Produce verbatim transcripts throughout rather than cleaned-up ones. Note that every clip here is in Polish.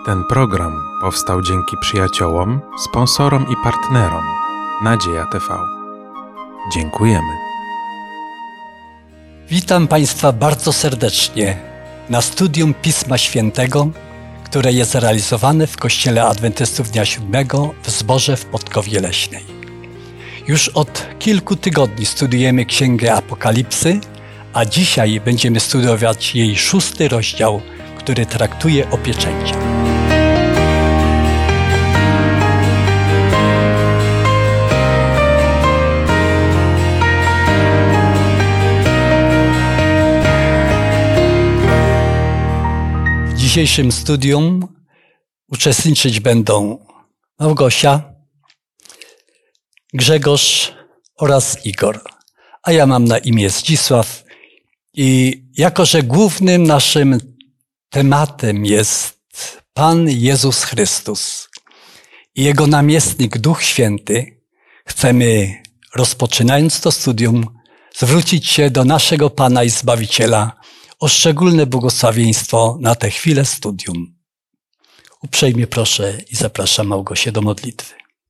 Ten program powstał dzięki przyjaciołom, sponsorom i partnerom Nadzieja T V. Dziękujemy. Witam Państwa bardzo serdecznie na studium Pisma Świętego, które jest realizowane w Kościele Adwentystów Dnia Siódmego w Zborze w Podkowie Leśnej. Już od kilku tygodni studiujemy Księgę Apokalipsy, a dzisiaj będziemy studiować jej szósty rozdział, który traktuje o pieczęciach. W dzisiejszym studium uczestniczyć będą Małgosia, Grzegorz oraz Igor, a ja mam na imię Zdzisław i jako że głównym naszym tematem jest Pan Jezus Chrystus i Jego namiestnik Duch Święty, chcemy, rozpoczynając to studium, zwrócić się do naszego Pana i Zbawiciela o szczególne błogosławieństwo na tę chwilę studium. Uprzejmie proszę i zapraszam Małgosię do modlitwy.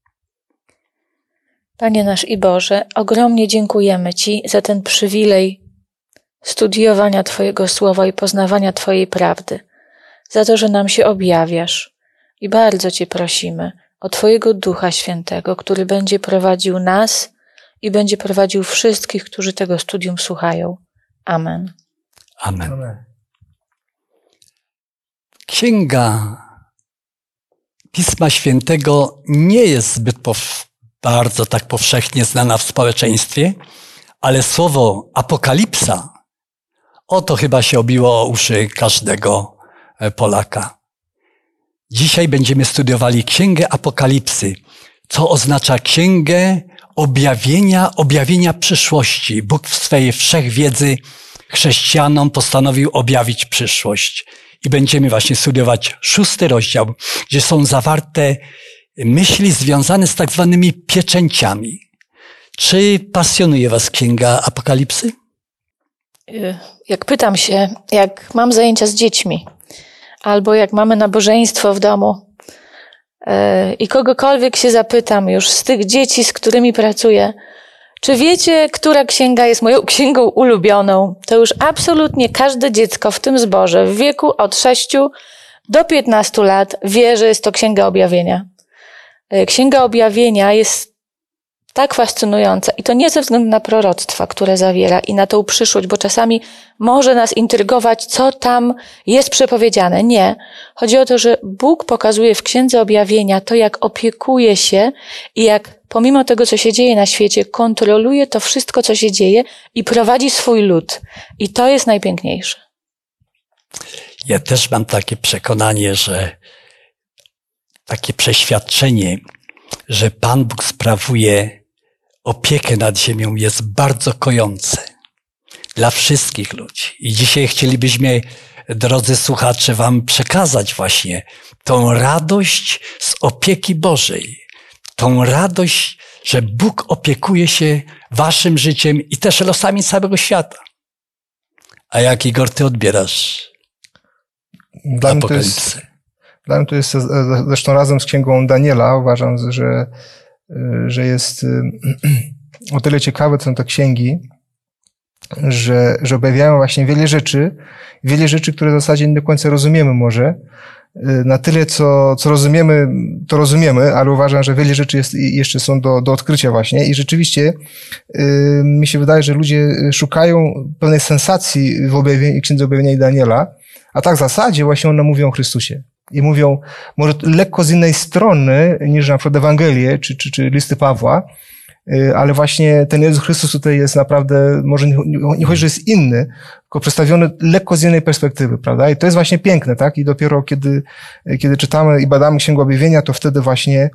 Panie nasz i Boże, ogromnie dziękujemy Ci za ten przywilej studiowania Twojego Słowa i poznawania Twojej prawdy, za to, że nam się objawiasz. I bardzo Cię prosimy o Twojego Ducha Świętego, który będzie prowadził nas i będzie prowadził wszystkich, którzy tego studium słuchają. Amen. Amen. Amen. Księga Pisma Świętego nie jest zbyt pow- bardzo tak powszechnie znana w społeczeństwie, ale słowo apokalipsa, o to chyba się obiło o uszy każdego Polaka. Dzisiaj będziemy studiowali Księgę Apokalipsy, co oznacza Księgę objawienia, objawienia przyszłości. Bóg w swej wszechwiedzy chrześcijanom postanowił objawić przyszłość. I będziemy właśnie studiować szósty rozdział, gdzie są zawarte myśli związane z tak zwanymi pieczęciami. Czy pasjonuje Was Księga Apokalipsy? Jak pytam się, jak mam zajęcia z dziećmi, albo jak mamy nabożeństwo w domu yy, i kogokolwiek się zapytam już z tych dzieci, z którymi pracuję, czy wiecie, która księga jest moją księgą ulubioną? To już absolutnie każde dziecko w tym zborze w wieku od sześciu do piętnastu lat wie, że jest to Księga Objawienia. Księga Objawienia jest tak fascynująca i to nie ze względu na proroctwa, które zawiera i na tą przyszłość, bo czasami może nas intrygować, co tam jest przepowiedziane. Nie. Chodzi o to, że Bóg pokazuje w Księdze Objawienia to, jak opiekuje się i jak pomimo tego, co się dzieje na świecie, kontroluje to wszystko, co się dzieje i prowadzi swój lud. I to jest najpiękniejsze. Ja też mam takie przekonanie, że takie przeświadczenie, że Pan Bóg sprawuje opiekę nad ziemią, jest bardzo kojące dla wszystkich ludzi. I dzisiaj chcielibyśmy, drodzy słuchacze, Wam przekazać właśnie tą radość z opieki Bożej. Tą radość, że Bóg opiekuje się Waszym życiem i też losami całego świata. A jak, Igor, Ty odbierasz Dla mnie to jest, dla mnie to jest zresztą razem z Księgą Daniela. Uważam, że, że jest o tyle ciekawe są te księgi, że, że objawiają właśnie wiele rzeczy, wiele rzeczy, które w zasadzie nie do końca rozumiemy może. Na tyle, co, co rozumiemy, to rozumiemy, ale uważam, że wiele rzeczy jest, jeszcze są do, do odkrycia właśnie i rzeczywiście yy, mi się wydaje, że ludzie szukają pewnej sensacji w objawieniu, Księdze Objawienia i Daniela, a tak w zasadzie właśnie one mówią o Chrystusie. I mówią może lekko z innej strony niż na przykład Ewangelie czy, czy, czy listy Pawła, ale właśnie ten Jezus Chrystus tutaj jest naprawdę, może nie, nie chodzi, że jest inny, tylko przedstawiony lekko z innej perspektywy, prawda? I to jest właśnie piękne, tak? I dopiero kiedy, kiedy czytamy i badamy Księgę Objawienia, to wtedy właśnie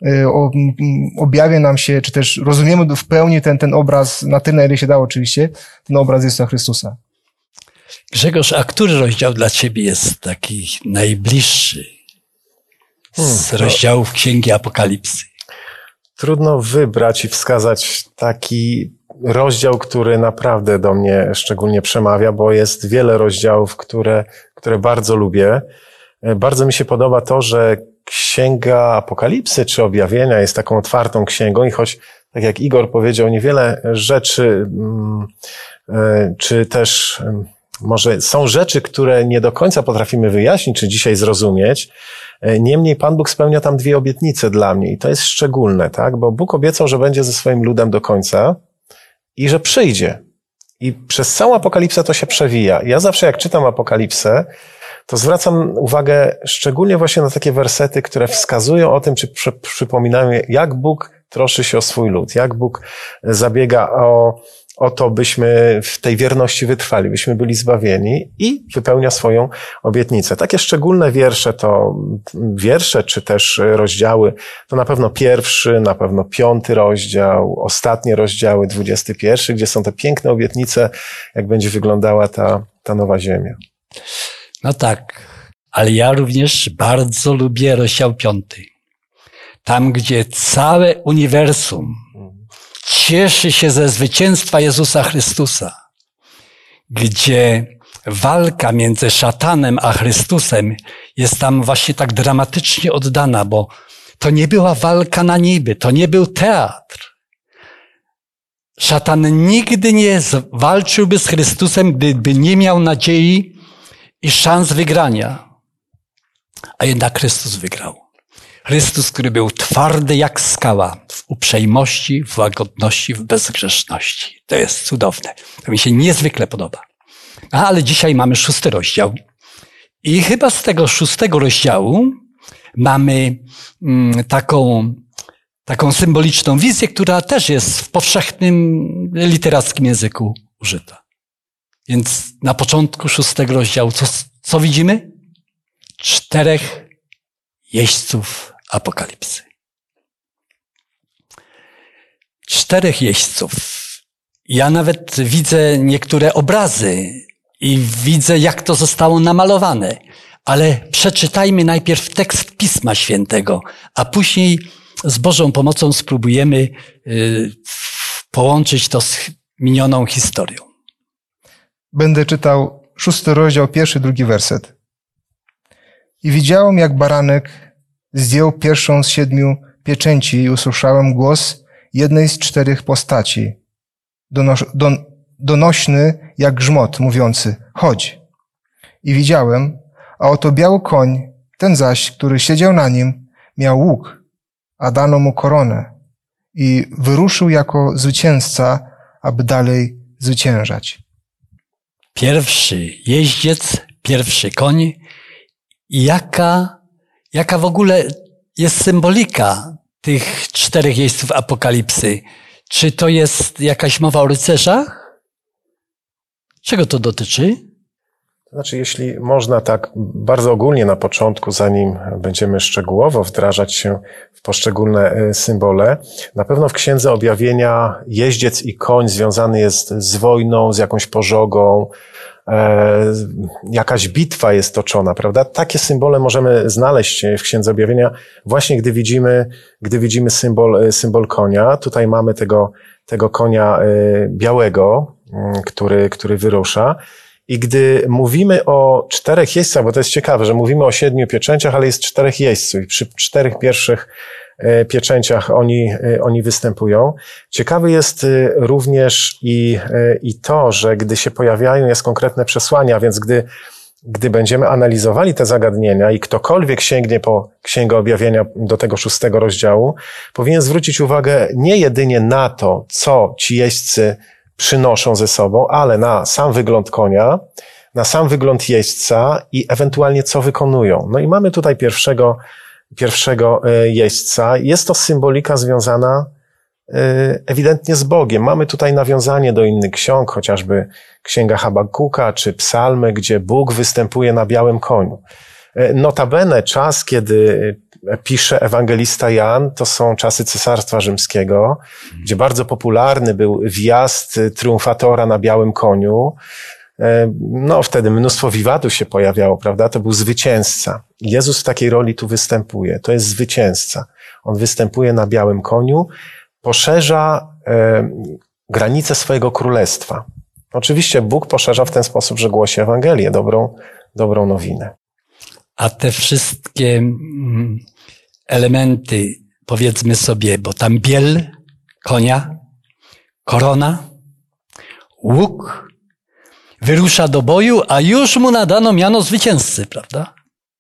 objawia nam się, czy też rozumiemy w pełni ten, ten obraz, na tyle, na ile się dało oczywiście, ten obraz Jezusa Chrystusa. Grzegorz, a który rozdział dla Ciebie jest taki najbliższy z hmm, rozdziałów Księgi Apokalipsy? Trudno wybrać i wskazać taki rozdział, który naprawdę do mnie szczególnie przemawia, bo jest wiele rozdziałów, które, które bardzo lubię. Bardzo mi się podoba to, że Księga Apokalipsy czy Objawienia jest taką otwartą księgą i choć, tak jak Igor powiedział, niewiele rzeczy, czy też może są rzeczy, które nie do końca potrafimy wyjaśnić, czy dzisiaj zrozumieć, niemniej Pan Bóg spełnia tam dwie obietnice dla mnie i to jest szczególne, tak? Bo Bóg obiecał, że będzie ze swoim ludem do końca i że przyjdzie. I przez całą Apokalipsę to się przewija. Ja zawsze jak czytam Apokalipsę, to zwracam uwagę szczególnie właśnie na takie wersety, które wskazują o tym, czy przy, przypominają, jak Bóg troszczy się o swój lud, jak Bóg zabiega o, o to, byśmy w tej wierności wytrwali, byśmy byli zbawieni i wypełnia swoją obietnicę. Takie szczególne wiersze to wiersze, czy też rozdziały, to na pewno pierwszy, na pewno piąty rozdział, ostatnie rozdziały, dwudziesty pierwszy, gdzie są te piękne obietnice, jak będzie wyglądała ta, ta nowa ziemia. No tak, ale ja również bardzo lubię rozdział piąty. Tam, gdzie całe uniwersum cieszy się ze zwycięstwa Jezusa Chrystusa, gdzie walka między szatanem a Chrystusem jest tam właśnie tak dramatycznie oddana, bo to nie była walka na niby, to nie był teatr. Szatan nigdy nie walczyłby z Chrystusem, gdyby nie miał nadziei i szans wygrania. A jednak Chrystus wygrał. Chrystus, który był twardy jak skała, w uprzejmości, w łagodności, w bezgrzeszności. To jest cudowne. To mi się niezwykle podoba. A, ale dzisiaj mamy szósty rozdział. I chyba z tego szóstego rozdziału mamy mm, taką, taką symboliczną wizję, która też jest w powszechnym literackim języku użyta. Więc na początku szóstego rozdziału co, co widzimy? Czterech jeźdźców Apokalipsy. Czterech jeźdźców. Ja nawet widzę niektóre obrazy i widzę, jak to zostało namalowane. Ale przeczytajmy najpierw tekst Pisma Świętego, a później z Bożą pomocą spróbujemy y, połączyć to z minioną historią. Będę czytał szósty rozdział, pierwszy, drugi werset. I widziałem, jak baranek zdjął pierwszą z siedmiu pieczęci i usłyszałem głos jednej z czterech postaci, donos, don, donośny jak grzmot, mówiący, chodź. I widziałem, a oto biały koń, ten zaś, który siedział na nim, miał łuk, a dano mu koronę i wyruszył jako zwycięzca, aby dalej zwyciężać. Pierwszy jeździec, pierwszy koń. I jaka, jaka w ogóle jest symbolika tych czterech jeźdźców Apokalipsy? Czy to jest jakaś mowa o rycerzach? Czego to dotyczy? Znaczy, jeśli można tak bardzo ogólnie na początku, zanim będziemy szczegółowo wdrażać się w poszczególne symbole, na pewno w Księdze Objawienia jeździec i koń związany jest z wojną, z jakąś pożogą, e, jakaś bitwa jest toczona, prawda? Takie symbole możemy znaleźć w Księdze Objawienia właśnie gdy widzimy, gdy widzimy symbol, symbol konia. Tutaj mamy tego, tego konia białego, który, który wyrusza. I gdy mówimy o czterech jeźdźcach, bo to jest ciekawe, że mówimy o siedmiu pieczęciach, ale jest czterech jeźdźców i przy czterech pierwszych pieczęciach oni, oni występują. Ciekawe jest również i, i to, że gdy się pojawiają, jest konkretne przesłanie, a więc gdy, gdy będziemy analizowali te zagadnienia i ktokolwiek sięgnie po Księgę Objawienia do tego szóstego rozdziału, powinien zwrócić uwagę nie jedynie na to, co ci jeźdźcy przynoszą ze sobą, ale na sam wygląd konia, na sam wygląd jeźdźca i ewentualnie co wykonują. No i mamy tutaj pierwszego, pierwszego jeźdźca. Jest to symbolika związana ewidentnie z Bogiem. Mamy tutaj nawiązanie do innych ksiąg, chociażby Księga Habakuka czy Psalmy, gdzie Bóg występuje na białym koniu. Notabene czas, kiedy pisze ewangelista Jan, to są czasy Cesarstwa Rzymskiego, gdzie bardzo popularny był wjazd triumfatora na białym koniu. No, wtedy mnóstwo wiwatów się pojawiało, prawda? To był zwycięzca. Jezus w takiej roli tu występuje. To jest zwycięzca. On występuje na białym koniu, poszerza e, granice swojego królestwa. Oczywiście Bóg poszerza w ten sposób, że głosi Ewangelię, dobrą, dobrą nowinę. A te wszystkie elementy, powiedzmy sobie, bo tam biel konia, korona, łuk, wyrusza do boju, a już mu nadano miano zwycięzcy, prawda?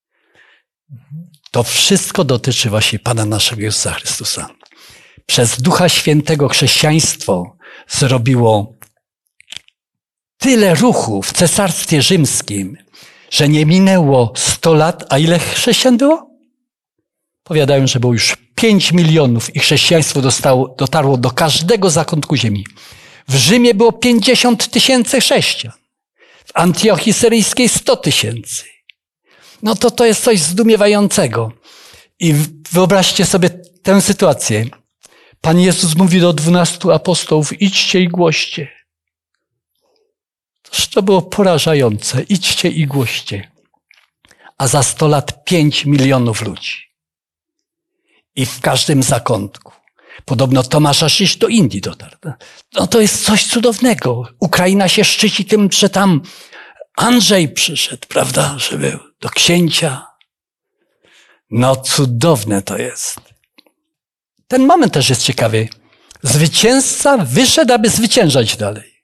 To wszystko dotyczy właśnie Pana naszego Jezusa Chrystusa. Przez Ducha Świętego chrześcijaństwo zrobiło tyle ruchu w Cesarstwie Rzymskim, że nie minęło sto lat, a ile chrześcijan było? Powiadają, że było już pięć milionów i chrześcijaństwo dostało, dotarło do każdego zakątku ziemi. W Rzymie było pięćdziesiąt tysięcy chrześcijan. W Antiochii Syryjskiej sto tysięcy. No to to jest coś zdumiewającego. I wyobraźcie sobie tę sytuację. Pan Jezus mówi do dwunastu apostołów, idźcie i głoście. Toż to było porażające. Idźcie i głoście. A za sto lat pięć milionów ludzi. I w każdym zakątku. Podobno Tomasz aż do Indii dotarł. No to jest coś cudownego. Ukraina się szczyci tym, że tam Andrzej przyszedł, prawda, że był do księcia. No cudowne to jest. Ten moment też jest ciekawy. Zwycięzca wyszedł, aby zwyciężać dalej.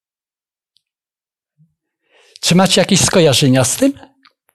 Czy macie jakieś skojarzenia z tym?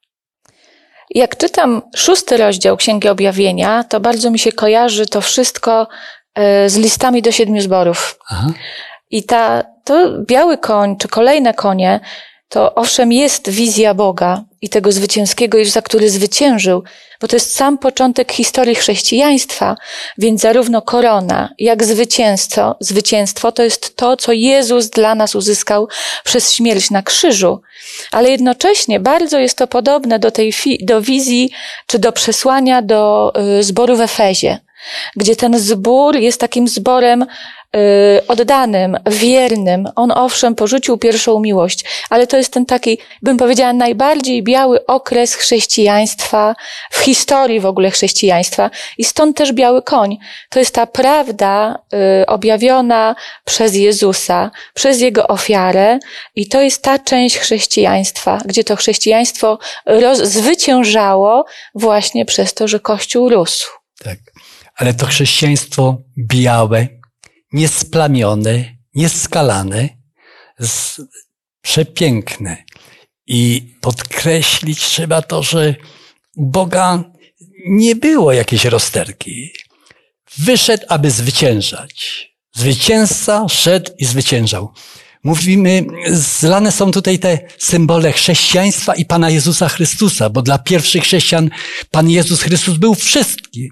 Jak czytam szósty rozdział Księgi Objawienia, to bardzo mi się kojarzy to wszystko z listami do siedmiu zborów. Aha. I ta, to biały koń, czy kolejne konie, to owszem jest wizja Boga i tego zwycięskiego Jezusa, który zwyciężył, bo to jest sam początek historii chrześcijaństwa, więc zarówno korona, jak zwycięstwo, zwycięstwo to jest to, co Jezus dla nas uzyskał przez śmierć na krzyżu. Ale jednocześnie bardzo jest to podobne do tej fi- do wizji, czy do przesłania do y, zboru w Efezie, gdzie ten zbór jest takim zborem y, oddanym, wiernym. On owszem porzucił pierwszą miłość, ale to jest ten taki, bym powiedziała, najbardziej biały okres chrześcijaństwa, w historii w ogóle chrześcijaństwa i stąd też biały koń. To jest ta prawda y, objawiona przez Jezusa, przez Jego ofiarę i to jest ta część chrześcijaństwa, gdzie to chrześcijaństwo roz, zwyciężało właśnie przez to, że Kościół rósł. Tak. Ale to chrześcijaństwo białe, niesplamione, nieskalane, z, przepiękne. I podkreślić trzeba to, że u Boga nie było jakiejś rozterki. Wyszedł, aby zwyciężać. Zwycięzca szedł i zwyciężał. Mówimy, zlane są tutaj te symbole chrześcijaństwa i Pana Jezusa Chrystusa, bo dla pierwszych chrześcijan Pan Jezus Chrystus był wszystkim.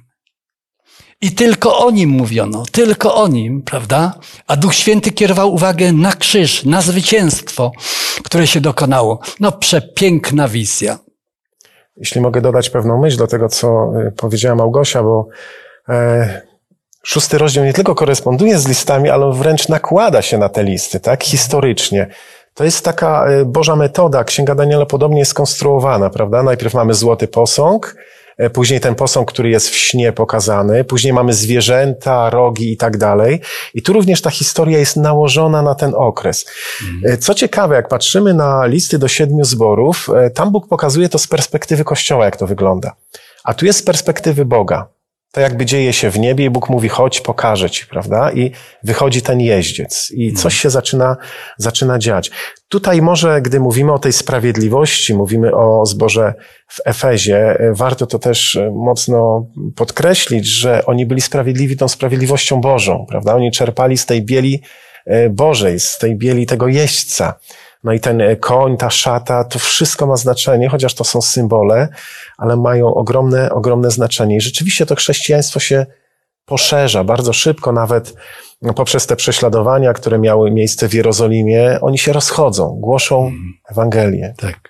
I tylko o Nim mówiono, tylko o Nim, prawda? A Duch Święty kierował uwagę na krzyż, na zwycięstwo, które się dokonało. No przepiękna wizja. Jeśli mogę dodać pewną myśl do tego, co powiedziała Małgosia, bo e, szósty rozdział nie tylko koresponduje z listami, ale wręcz nakłada się na te listy, tak? Historycznie. To jest taka Boża metoda. Księga Daniela podobnie jest skonstruowana, prawda? Najpierw mamy złoty posąg, później ten posąg, który jest w śnie pokazany, później mamy zwierzęta, rogi i tak dalej. I tu również ta historia jest nałożona na ten okres. Mhm. Co ciekawe, jak patrzymy na listy do siedmiu zborów, tam Bóg pokazuje to z perspektywy Kościoła, jak to wygląda. A tu jest z perspektywy Boga. To jakby dzieje się w niebie i Bóg mówi, chodź, pokażę ci, prawda? I wychodzi ten jeździec i coś się zaczyna, zaczyna dziać. Tutaj może, gdy mówimy o tej sprawiedliwości, mówimy o zborze w Efezie, warto to też mocno podkreślić, że oni byli sprawiedliwi tą sprawiedliwością Bożą, prawda? Oni czerpali z tej bieli Bożej, z tej bieli tego jeźdźca. No i ten koń, ta szata, to wszystko ma znaczenie, chociaż to są symbole, ale mają ogromne, ogromne znaczenie. I rzeczywiście to chrześcijaństwo się poszerza bardzo szybko, nawet poprzez te prześladowania, które miały miejsce w Jerozolimie, oni się rozchodzą, głoszą Ewangelię. Tak.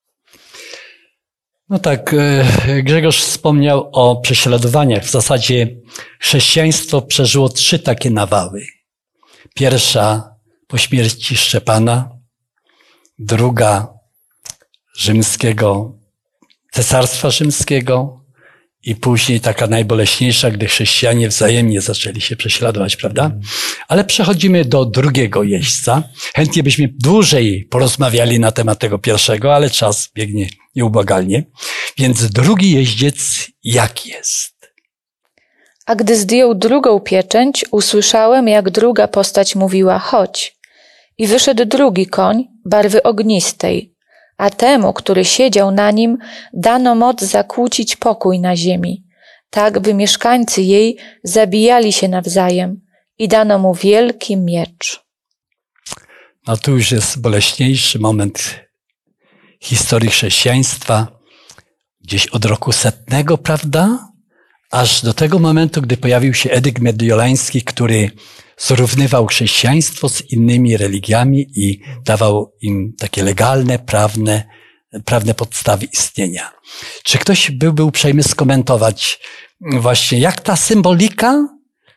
No tak, Grzegorz wspomniał o prześladowaniach. W zasadzie chrześcijaństwo przeżyło trzy takie nawały. Pierwsza po śmierci Szczepana, druga rzymskiego, cesarstwa rzymskiego i później taka najboleśniejsza, gdy chrześcijanie wzajemnie zaczęli się prześladować, prawda? Ale przechodzimy do drugiego jeźdźca. Chętnie byśmy dłużej porozmawiali na temat tego pierwszego, ale czas biegnie nieubłagalnie. Więc drugi jeździec jak jest? A gdy zdjął drugą pieczęć, usłyszałem, jak druga postać mówiła: chodź. I wyszedł drugi koń, barwy ognistej, a temu, który siedział na nim, dano moc zakłócić pokój na ziemi, tak by mieszkańcy jej zabijali się nawzajem, i dano mu wielki miecz. No tu już jest boleśniejszy moment historii chrześcijaństwa, gdzieś od roku setnego, prawda? Aż do tego momentu, gdy pojawił się edykt mediolański, który zrównywał chrześcijaństwo z innymi religiami i dawał im takie legalne, prawne, prawne podstawy istnienia. Czy ktoś byłby uprzejmy skomentować właśnie, jak ta symbolika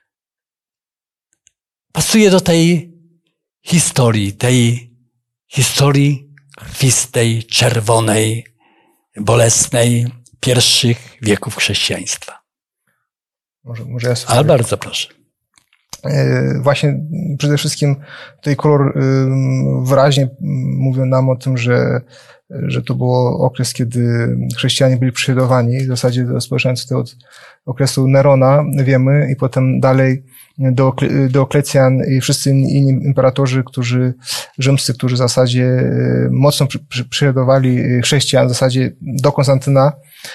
pasuje do tej historii, tej historii krwistej, czerwonej, bolesnej pierwszych wieków chrześcijaństwa? Może, może ja sobie... Ale bardzo proszę. Właśnie przede wszystkim tutaj kolor wyraźnie mówią nam o tym, że, że to był okres, kiedy chrześcijanie byli prześladowani. W zasadzie rozpoczynając tutaj od okresu Nerona, wiemy, i potem dalej Dioklecjan i wszyscy inni imperatorzy, którzy, rzymscy, którzy w zasadzie mocno prześladowali chrześcijan, w zasadzie do Konstantyna.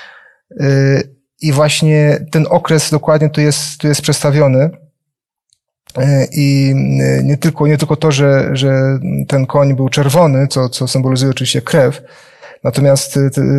I właśnie ten okres dokładnie tu jest, tu jest przedstawiony. I nie tylko, nie tylko to, że, że ten koń był czerwony, co, co symbolizuje oczywiście krew, natomiast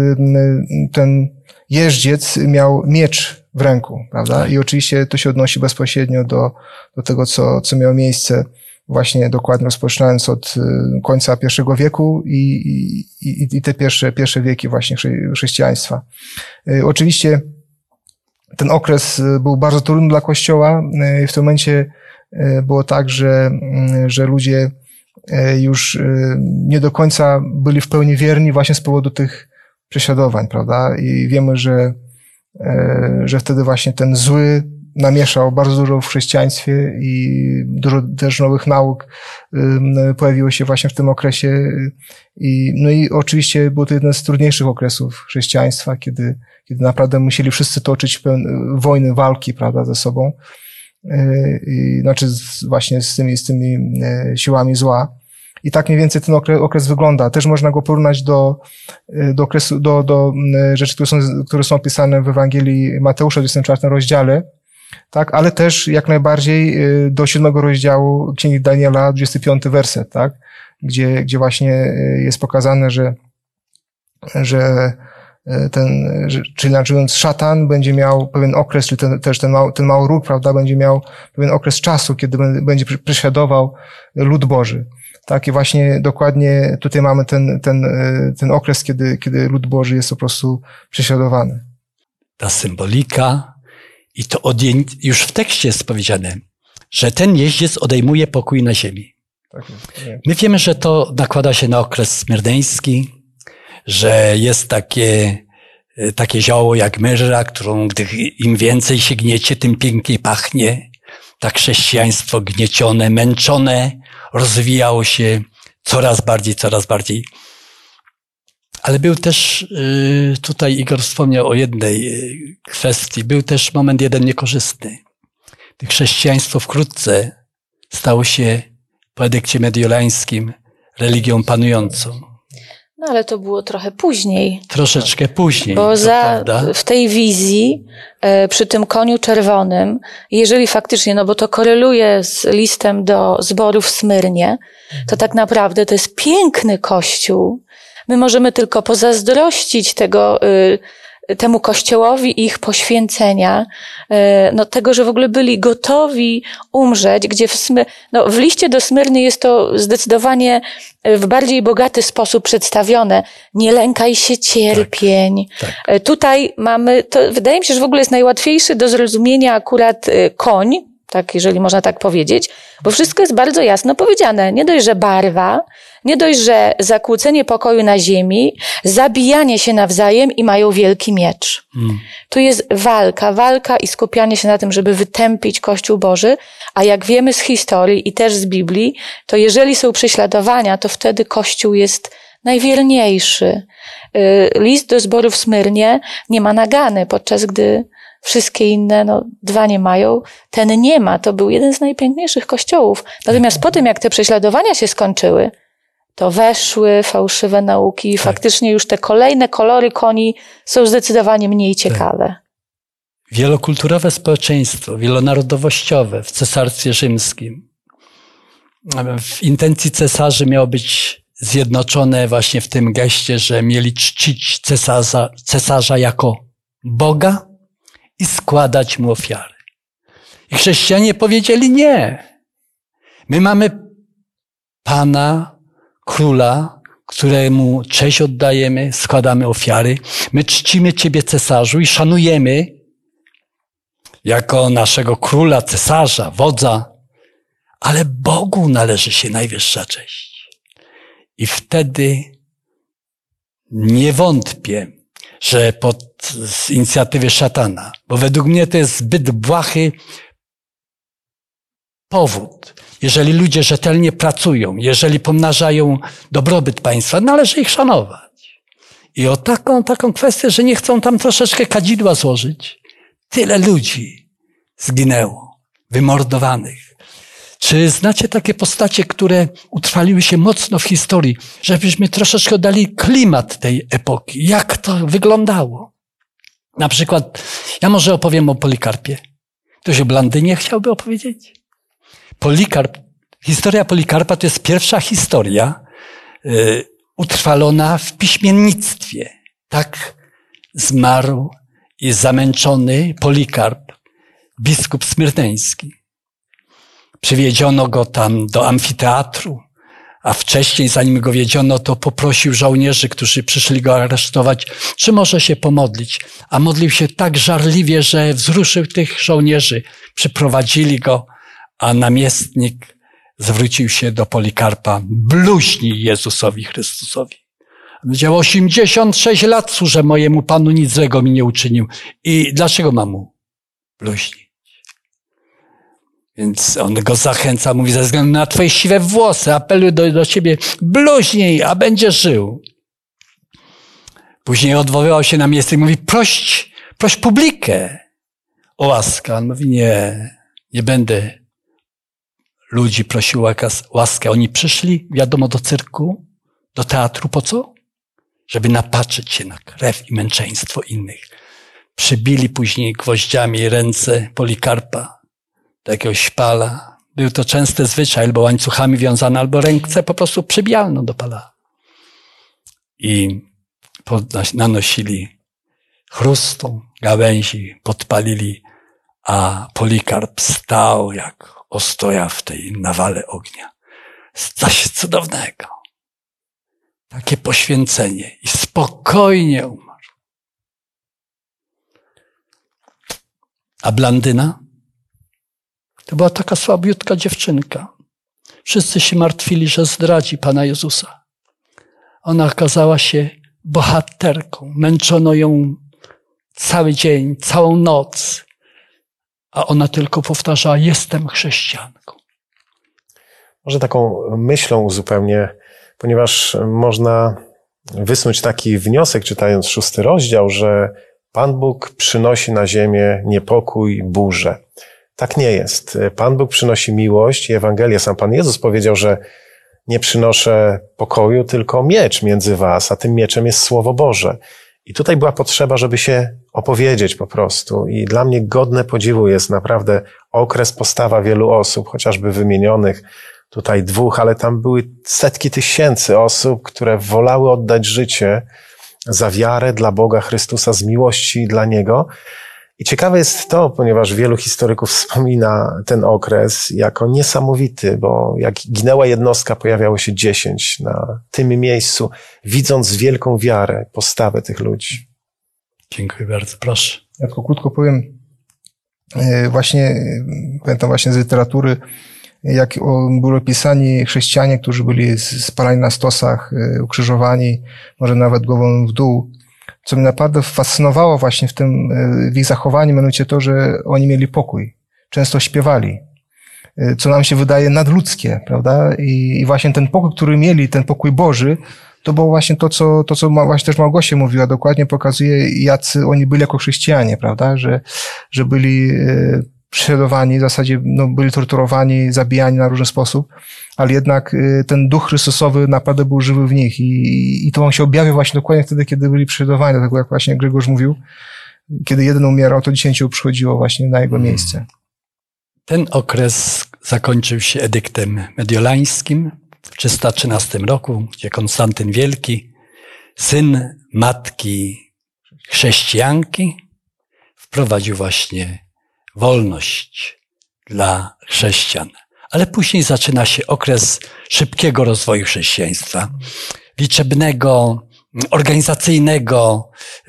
ten jeździec miał miecz w ręku, prawda? I oczywiście to się odnosi bezpośrednio do, do tego, co, co miało miejsce właśnie dokładnie rozpoczynając od końca pierwszego wieku i, i, i te pierwsze, pierwsze wieki właśnie chrześcijaństwa. Oczywiście ten okres był bardzo trudny dla Kościoła i w tym momencie było tak, że, że ludzie już nie do końca byli w pełni wierni właśnie z powodu tych prześladowań, prawda? I wiemy, że, że wtedy właśnie ten zły namieszał bardzo dużo w chrześcijaństwie i dużo też nowych nauk pojawiło się właśnie w tym okresie. I, no i oczywiście był to jeden z trudniejszych okresów chrześcijaństwa, kiedy, kiedy naprawdę musieli wszyscy toczyć pełne wojny, walki, prawda, ze sobą. I, znaczy z, właśnie z tymi, z tymi siłami zła. I tak mniej więcej ten okres, okres wygląda. Też można go porównać do, do okresu, do, do rzeczy, które są, które są opisane w Ewangelii Mateusza w dwudziestym czwartym rozdziale, tak, ale też jak najbardziej do siódmego rozdziału Księgi Daniela, dwudziesty piąty werset, tak, gdzie, gdzie właśnie jest pokazane, że, że ten, czyli znaczy mówiąc, szatan będzie miał pewien okres, czy ten, też ten mały, ten mały róg, prawda, będzie miał pewien okres czasu, kiedy będzie prześladował lud Boży. Tak, i właśnie dokładnie tutaj mamy ten, ten, ten okres, kiedy, kiedy lud Boży jest po prostu prześladowany. Ta symbolika i to odjęcie, już w tekście jest powiedziane, że ten jeździec odejmuje pokój na ziemi. Tak jest, nie. My wiemy, że to nakłada się na okres smyrneński, że jest takie, takie zioło jak myrra, którą gdy im więcej się gniecie, tym piękniej pachnie. Tak chrześcijaństwo gniecione, męczone rozwijało się coraz bardziej, coraz bardziej. Ale był też, tutaj Igor wspomniał o jednej kwestii, był też moment jeden niekorzystny. Chrześcijaństwo wkrótce stało się po edykcie mediolańskim religią panującą. No ale to było trochę później. Troszeczkę później. Bo za, prawda? w tej wizji, e, przy tym koniu czerwonym, jeżeli faktycznie, no bo to koreluje z listem do zboru w Smyrnie, to tak naprawdę to jest piękny kościół. My możemy tylko pozazdrościć tego, y, temu kościołowi i ich poświęcenia, y, no tego, że w ogóle byli gotowi umrzeć, gdzie w, Smy, no w liście do Smyrny jest to zdecydowanie w bardziej bogaty sposób przedstawione. Nie lękaj się cierpień. Tak, tak. Tutaj mamy, to wydaje mi się, że w ogóle jest najłatwiejszy do zrozumienia akurat koń, tak, jeżeli można tak powiedzieć, bo wszystko jest bardzo jasno powiedziane. Nie dość, że barwa, nie dość, że zakłócenie pokoju na ziemi, zabijanie się nawzajem i mają wielki miecz. Hmm. Tu jest walka, walka i skupianie się na tym, żeby wytępić Kościół Boży, a jak wiemy z historii i też z Biblii, to jeżeli są prześladowania, to wtedy Kościół jest najwierniejszy. List do zboru w Smyrnie nie ma nagany, podczas gdy wszystkie inne, no dwa nie mają. Ten nie ma, to był jeden z najpiękniejszych kościołów. Natomiast po tym, jak te prześladowania się skończyły, to weszły fałszywe nauki i tak. faktycznie już te kolejne kolory koni są zdecydowanie mniej ciekawe. Tak. Wielokulturowe społeczeństwo, wielonarodowościowe w Cesarstwie Rzymskim. W intencji cesarzy miało być zjednoczone właśnie w tym geście, że mieli czcić cesarza, cesarza jako Boga i składać mu ofiary. I chrześcijanie powiedzieli nie. My mamy Pana, Króla, któremu cześć oddajemy, składamy ofiary. My czcimy Ciebie, cesarzu, i szanujemy jako naszego króla, cesarza, wodza, ale Bogu należy się najwyższa cześć. I wtedy nie wątpię, że pod z inicjatywy szatana, bo według mnie to jest zbyt błahy powód. Jeżeli ludzie rzetelnie pracują, jeżeli pomnażają dobrobyt państwa, należy ich szanować. I o taką, taką kwestię, że nie chcą tam troszeczkę kadzidła złożyć. Tyle ludzi zginęło, wymordowanych. Czy znacie takie postacie, które utrwaliły się mocno w historii, żebyśmy troszeczkę dali klimat tej epoki? Jak to wyglądało? Na przykład, ja może opowiem o Polikarpie. Ktoś o Blandynie chciałby opowiedzieć? Polikarp, historia Polikarpa to jest pierwsza historia y, utrwalona w piśmiennictwie. Tak zmarł i zamęczony Polikarp, biskup smyrneński. Przywiedziono go tam do amfiteatru, a wcześniej, zanim go wiedziono, to poprosił żołnierzy, którzy przyszli go aresztować, czy może się pomodlić. A modlił się tak żarliwie, że wzruszył tych żołnierzy. Przyprowadzili go, a namiestnik zwrócił się do Polikarpa: bluźnij Jezusowi Chrystusowi. Powiedział: osiemdziesiąt sześć lat służę mojemu Panu, nic złego mi nie uczynił. I dlaczego mam mu bluźnić? Więc on go zachęca, mówi: ze względu na twoje siwe włosy apeluję do, do ciebie, bluźnij, a będziesz żył. Później odwoływał się namiestnik, mówi: proś, proś publikę o łaskę. On mówi: nie, nie będę ludzi prosił o łaskę. Oni przyszli, wiadomo, do cyrku, do teatru. Po co? Żeby napatrzeć się na krew i męczeństwo innych. Przybili później gwoździami ręce Polikarpa do jakiegoś szpala. Był to częsty zwyczaj, albo łańcuchami wiązane, albo ręce po prostu przybijano do pala. I nanosili chrustu, gałęzi, podpalili, a Polikarp stał jak ostoja w tej nawale ognia. Coś cudownego. Takie poświęcenie i spokojnie umarł. A Blandyna? To była taka słabiutka dziewczynka. Wszyscy się martwili, że zdradzi Pana Jezusa. Ona okazała się bohaterką. Męczono ją cały dzień, całą noc. A ona tylko powtarzała: jestem chrześcijanką. Może taką myślą uzupełnię, ponieważ można wysnuć taki wniosek, czytając szósty rozdział, że Pan Bóg przynosi na ziemię niepokój, burzę. Tak nie jest. Pan Bóg przynosi miłość i Ewangelię. Sam Pan Jezus powiedział, że nie przynoszę pokoju, tylko miecz między was, a tym mieczem jest Słowo Boże. I tutaj była potrzeba, żeby się opowiedzieć po prostu. I dla mnie godne podziwu jest naprawdę okres, postawa wielu osób, chociażby wymienionych tutaj dwóch, ale tam były setki tysięcy osób, które wolały oddać życie za wiarę dla Boga Chrystusa, z miłości dla Niego. I ciekawe jest to, ponieważ wielu historyków wspomina ten okres jako niesamowity, bo jak ginęła jednostka, pojawiało się dziesięć na tym miejscu, widząc wielką wiarę, postawę tych ludzi. Dziękuję bardzo, proszę. Ja tylko krótko powiem, właśnie, pamiętam właśnie z literatury, jak byli opisani chrześcijanie, którzy byli spalani na stosach, ukrzyżowani, może nawet głową w dół. Co mnie naprawdę fascynowało właśnie w tym, w ich zachowaniu, mianowicie to, że oni mieli pokój. Często śpiewali, co nam się wydaje nadludzkie, prawda? I, i właśnie ten pokój, który mieli, ten pokój Boży, to było właśnie to, co, to, co właśnie też Małgosia mówiła, dokładnie pokazuje, jacy oni byli jako chrześcijanie, prawda, że, że byli prześladowani, w zasadzie no, byli torturowani, zabijani na różny sposób, ale jednak ten duch Chrystusowy naprawdę był żywy w nich i, i to on się objawia właśnie dokładnie wtedy, kiedy byli prześladowani, dlatego jak właśnie Grzegorz mówił, kiedy jeden umierał, to dziesięciu przychodziło właśnie na jego miejsce. Ten okres zakończył się edyktem mediolańskim w trzysta trzynastym roku, gdzie Konstantyn Wielki, syn matki chrześcijanki, wprowadził właśnie wolność dla chrześcijan. Ale później zaczyna się okres szybkiego rozwoju chrześcijaństwa, liczebnego, organizacyjnego,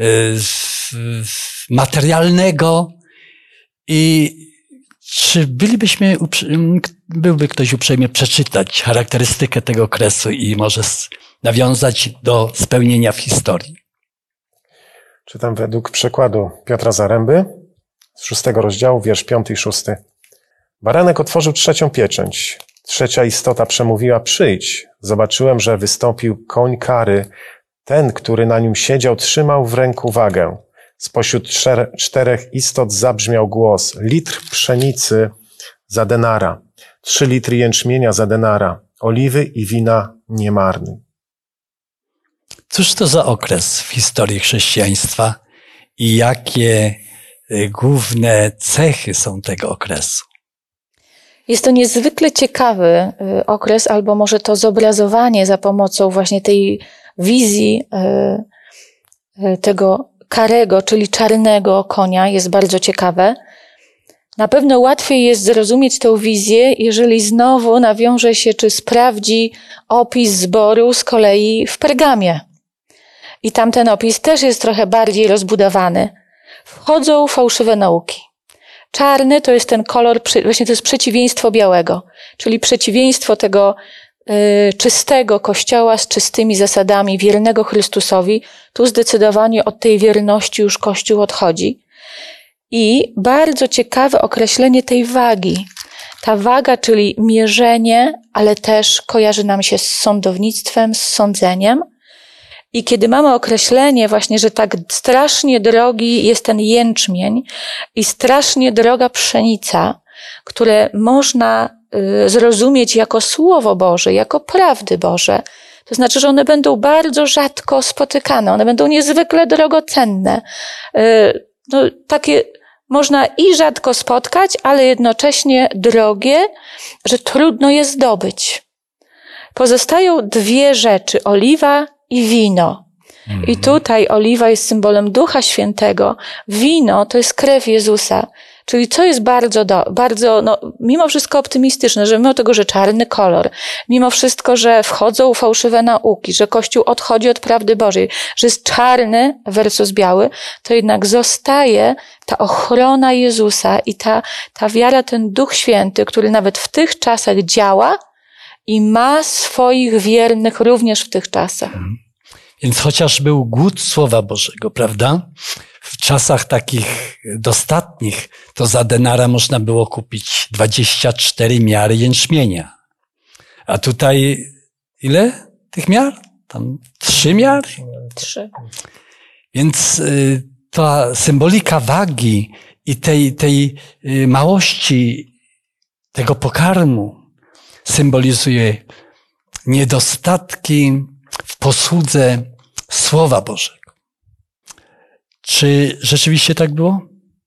materialnego. I czy bylibyśmy, byłby ktoś uprzejmy przeczytać charakterystykę tego okresu i może nawiązać do spełnienia w historii? Czytam według przekładu Piotra Zaręby z szóstego rozdziału, wiersz piąty i szósty. Baranek otworzył trzecią pieczęć. Trzecia istota przemówiła: przyjdź. Zobaczyłem, że wystąpił koń kary. Ten, który na nim siedział, trzymał w ręku wagę. Spośród czterech istot zabrzmiał głos: litr pszenicy za denara, trzy litry jęczmienia za denara, oliwy i wina niemarny. Cóż to za okres w historii chrześcijaństwa i jakie główne cechy są tego okresu? Jest to niezwykle ciekawy okres, albo może to zobrazowanie za pomocą właśnie tej wizji tego karego, czyli czarnego konia, jest bardzo ciekawe. Na pewno łatwiej jest zrozumieć tę wizję, jeżeli znowu nawiąże się, czy sprawdzi opis zboru z kolei w Pergamie. I tamten opis też jest trochę bardziej rozbudowany. Wchodzą fałszywe nauki. Czarny to jest ten kolor, właśnie to jest przeciwieństwo białego, czyli przeciwieństwo tego y, czystego Kościoła z czystymi zasadami, wiernego Chrystusowi. Tu zdecydowanie od tej wierności już Kościół odchodzi. I bardzo ciekawe określenie tej wagi. Ta waga, czyli mierzenie, ale też kojarzy nam się z sądownictwem, z sądzeniem. I kiedy mamy określenie właśnie, że tak strasznie drogi jest ten jęczmień i strasznie droga pszenica, które można y, zrozumieć jako Słowo Boże, jako prawdy Boże, to znaczy, że one będą bardzo rzadko spotykane, one będą niezwykle drogocenne. Y, no, takie można i rzadko spotkać, ale jednocześnie drogie, że trudno je zdobyć. Pozostają dwie rzeczy, oliwa i wino. Mhm. I tutaj oliwa jest symbolem Ducha Świętego. Wino to jest krew Jezusa. Czyli co jest bardzo, do, bardzo, no, mimo wszystko optymistyczne, że mimo tego, że czarny kolor, mimo wszystko, że wchodzą fałszywe nauki, że Kościół odchodzi od prawdy Bożej, że jest czarny versus biały, to jednak zostaje ta ochrona Jezusa i ta, ta wiara, ten Duch Święty, który nawet w tych czasach działa i ma swoich wiernych również w tych czasach. Mhm. Więc chociaż był głód Słowa Bożego, prawda? W czasach takich dostatnich to za denara można było kupić dwadzieścia cztery miary jęczmienia. A tutaj ile tych miar? Tam trzy miary? Trzy. Więc y, ta symbolika wagi i tej, tej y, małości tego pokarmu symbolizuje niedostatki w posłudze Słowa Bożego. Czy rzeczywiście tak było?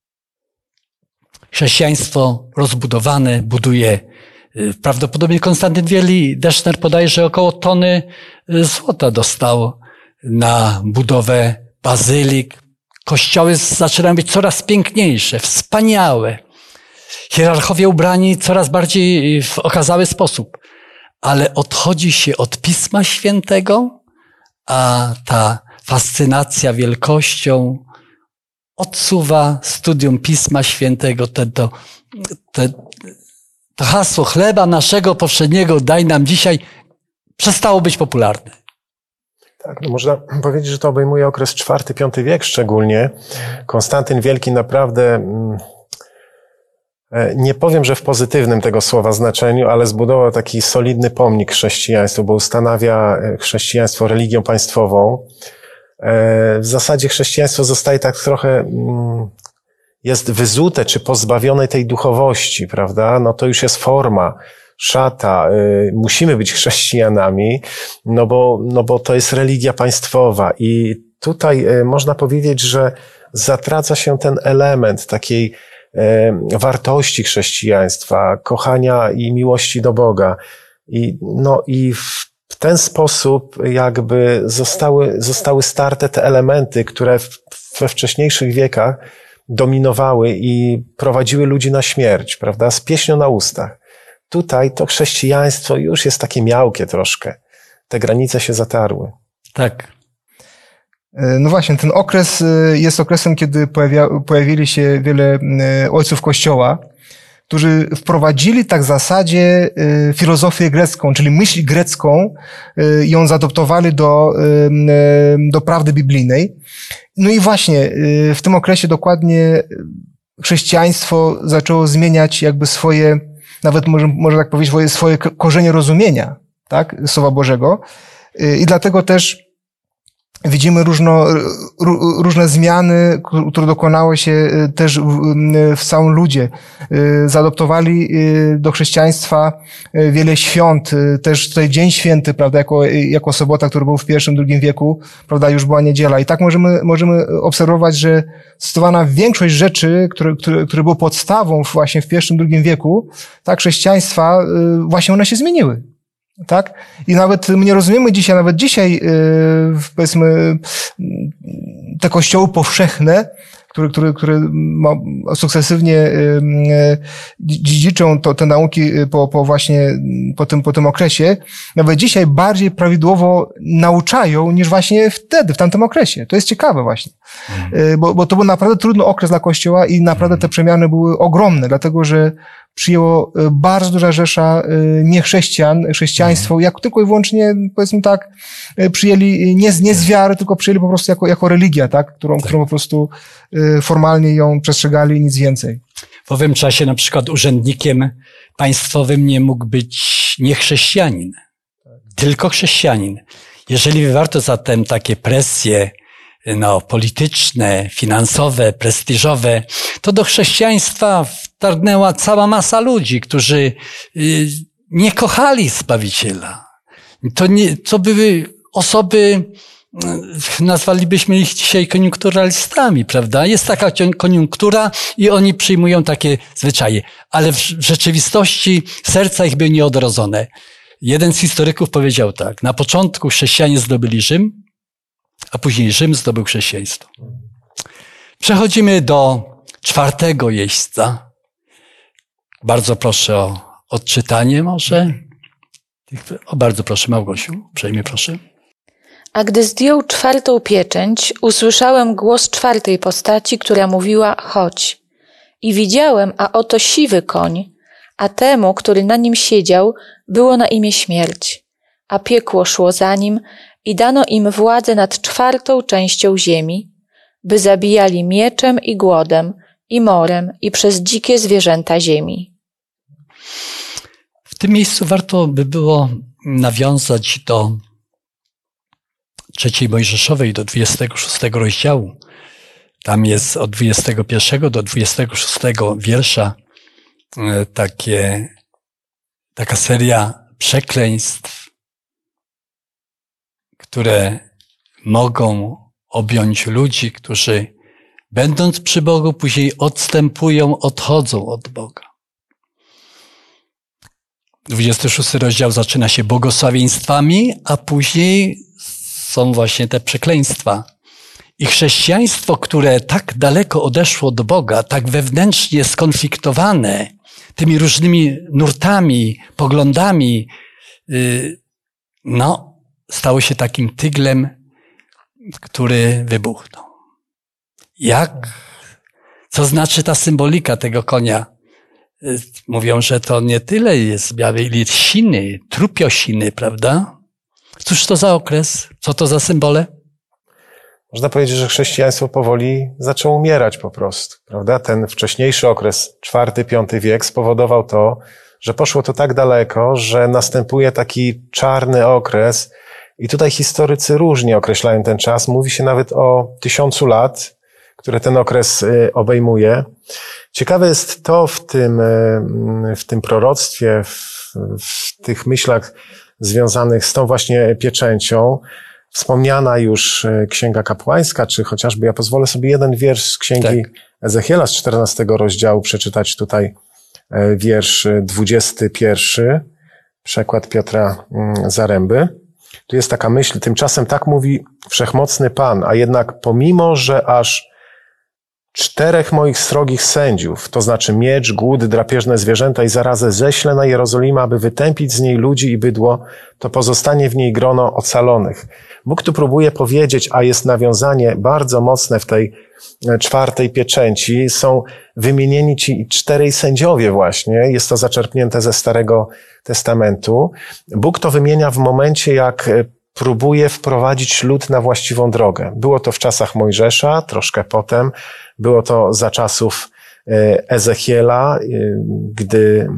Chrześcijaństwo rozbudowane buduje, prawdopodobnie Konstantyn Wielki, Deszner podaje, że około tony złota dostał na budowę bazylik. Kościoły zaczynają być coraz piękniejsze, wspaniałe. Hierarchowie ubrani coraz bardziej w okazały sposób. Ale odchodzi się od Pisma Świętego, a ta fascynacja wielkością odsuwa studium Pisma Świętego. Te, to, te, to hasło chleba naszego powszedniego daj nam dzisiaj przestało być popularne. Tak, no można powiedzieć, że to obejmuje okres czwarty, piąty wiek szczególnie. Konstantyn Wielki naprawdę nie powiem, że w pozytywnym tego słowa znaczeniu, ale zbudował taki solidny pomnik chrześcijaństwu, bo ustanawia chrześcijaństwo religią państwową. W zasadzie chrześcijaństwo zostaje tak trochę, jest wyzute czy pozbawione tej duchowości, prawda? No to już jest forma, szata, musimy być chrześcijanami, no bo, no bo to jest religia państwowa i tutaj można powiedzieć, że zatraca się ten element takiej wartości chrześcijaństwa, kochania i miłości do Boga. I, no i w ten sposób jakby zostały, zostały starte te elementy, które w, we wcześniejszych wiekach dominowały i prowadziły ludzi na śmierć, prawda, z pieśnią na ustach. Tutaj to chrześcijaństwo już jest takie miałkie troszkę. Te granice się zatarły. Tak. No właśnie, ten okres jest okresem, kiedy pojawia, pojawili się wiele ojców Kościoła, którzy wprowadzili tak w zasadzie filozofię grecką, czyli myśl grecką i ją zaadoptowali do, do prawdy biblijnej. No i właśnie w tym okresie dokładnie chrześcijaństwo zaczęło zmieniać jakby swoje, nawet może, może tak powiedzieć, swoje, swoje korzenie rozumienia, tak, Słowa Bożego. I dlatego też widzimy różno, różne zmiany, które dokonały się też w całym ludzie. Zaadoptowali do chrześcijaństwa wiele świąt. Też tutaj Dzień Święty, prawda, jako, jako sobota, który był w pierwszym, drugim wieku, prawda, już była niedziela. I tak możemy, możemy obserwować, że stosowana większość rzeczy, które, które, które były podstawą właśnie w pierwszym, drugim wieku, tak, chrześcijaństwa, właśnie one się zmieniły. Tak? I nawet my nie rozumiemy dzisiaj, nawet dzisiaj, yy, powiedzmy, te kościoły powszechne, które, które, które sukcesywnie yy, dziedziczą to, te nauki po, po właśnie, po tym, po tym okresie, nawet dzisiaj bardziej prawidłowo nauczają niż właśnie wtedy, w tamtym okresie. To jest ciekawe właśnie. Mm. Yy, bo, bo to był naprawdę trudny okres dla Kościoła i naprawdę te przemiany były ogromne, dlatego że przyjęło bardzo duża rzesza niechrześcijan, chrześcijaństwo, mhm. jak tylko i wyłącznie, powiedzmy tak, przyjęli nie z, nie z wiary, tylko przyjęli po prostu jako, jako religia, tak? Którą, tak. którą po prostu formalnie ją przestrzegali i nic więcej. W owym czasie na przykład urzędnikiem państwowym nie mógł być niechrześcijanin, tylko chrześcijanin. Jeżeli wywarto zatem takie presje no, polityczne, finansowe, prestiżowe, to do chrześcijaństwa wtargnęła cała masa ludzi, którzy y, nie kochali Zbawiciela. To, nie, to były osoby, y, nazwalibyśmy ich dzisiaj koniunkturalistami, prawda? Jest taka koniunktura i oni przyjmują takie zwyczaje, ale w, w rzeczywistości serca ich były nieodrodzone. Jeden z historyków powiedział tak, na początku chrześcijanie zdobyli Rzym, a później Rzym zdobył chrześcijaństwo. Przechodzimy do czwartego jeźdźca. Bardzo proszę o odczytanie może. O, bardzo proszę, Małgosiu, uprzejmie proszę. A gdy zdjął czwartą pieczęć, usłyszałem głos czwartej postaci, która mówiła: chodź. I widziałem, a oto siwy koń, a temu, który na nim siedział, było na imię Śmierć, a piekło szło za nim i dano im władzę nad czwartą częścią ziemi, by zabijali mieczem i głodem, i morem, i przez dzikie zwierzęta ziemi. W tym miejscu warto by było nawiązać do trzeciej Mojżeszowej, do dwudziestego szóstego rozdziału. Tam jest od dwudziestego pierwszego do dwudziestego szóstego wiersza takie, taka seria przekleństw, które mogą objąć ludzi, którzy będąc przy Bogu później odstępują, odchodzą od Boga. dwudziesty szósty rozdział zaczyna się błogosławieństwami, a później są właśnie te przekleństwa. I chrześcijaństwo, które tak daleko odeszło od Boga, tak wewnętrznie skonfliktowane tymi różnymi nurtami, poglądami, no, stało się takim tyglem, który wybuchnął. Jak? Co znaczy ta symbolika tego konia? Mówią, że to nie tyle jest białej, ile siny, trupiosiny, prawda? Cóż to za okres? Co to za symbole? można powiedzieć, że chrześcijaństwo powoli zaczęło umierać po prostu, prawda? Ten wcześniejszy okres, czwarty, piąty wiek spowodował to, że poszło to tak daleko, że następuje taki czarny okres i tutaj historycy różnie określają ten czas. Mówi się nawet o tysiącu lat, które ten okres obejmuje. Ciekawe jest to w tym, w tym proroctwie, w, w tych myślach związanych z tą właśnie pieczęcią. Wspomniana już Księga Kapłańska, czy chociażby, ja pozwolę sobie jeden wiersz z Księgi tak. Ezechiela z czternastego rozdziału przeczytać tutaj, wiersz dwudziesty pierwszy, przekład Piotra Zaręby. Tu jest taka myśl, tymczasem tak mówi Wszechmocny Pan, a jednak pomimo, że aż czterech moich srogich sędziów, to znaczy miecz, głód, drapieżne zwierzęta i zarazę ześlę na Jerozolimę, aby wytępić z niej ludzi i bydło, to pozostanie w niej grono ocalonych. Bóg tu próbuje powiedzieć, a jest nawiązanie bardzo mocne w tej czwartej pieczęci. Są wymienieni ci czterej sędziowie właśnie. Jest to zaczerpnięte ze Starego Testamentu. Bóg to wymienia w momencie, jak próbuje wprowadzić lud na właściwą drogę. Było to w czasach Mojżesza, troszkę potem. Było to za czasów Ezechiela, gdy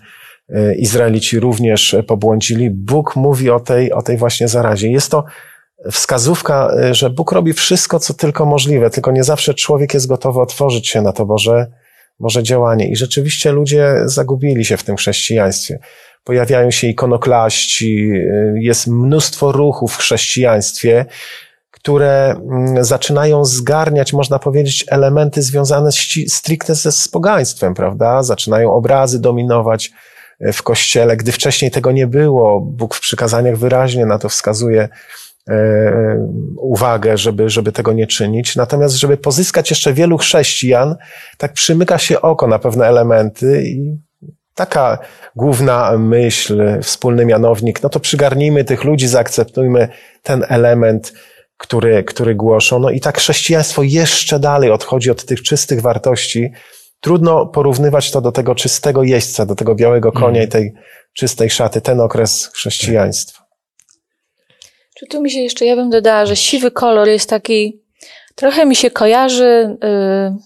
Izraelici również pobłądzili. Bóg mówi o tej, o tej właśnie zarazie. Jest to wskazówka, że Bóg robi wszystko, co tylko możliwe, tylko nie zawsze człowiek jest gotowy otworzyć się na to Boże, Boże działanie. I rzeczywiście ludzie zagubili się w tym chrześcijaństwie. Pojawiają się ikonoklaści, jest mnóstwo ruchów w chrześcijaństwie, które zaczynają zgarniać, można powiedzieć, elementy związane stricte ze z pogaństwem, prawda? Zaczynają obrazy dominować w Kościele, gdy wcześniej tego nie było. Bóg w przykazaniach wyraźnie na to wskazuje e, uwagę, żeby, żeby tego nie czynić. Natomiast, żeby pozyskać jeszcze wielu chrześcijan, tak przymyka się oko na pewne elementy i taka główna myśl, wspólny mianownik, no to przygarnijmy tych ludzi, zaakceptujmy ten element, który, który głoszą. No i tak chrześcijaństwo jeszcze dalej odchodzi od tych czystych wartości. Trudno porównywać to do tego czystego jeźdźca, do tego białego konia mm. i tej czystej szaty, ten okres chrześcijaństwa. Czy tu mi się jeszcze, ja bym dodała, że siwy kolor jest taki, trochę mi się kojarzy yy,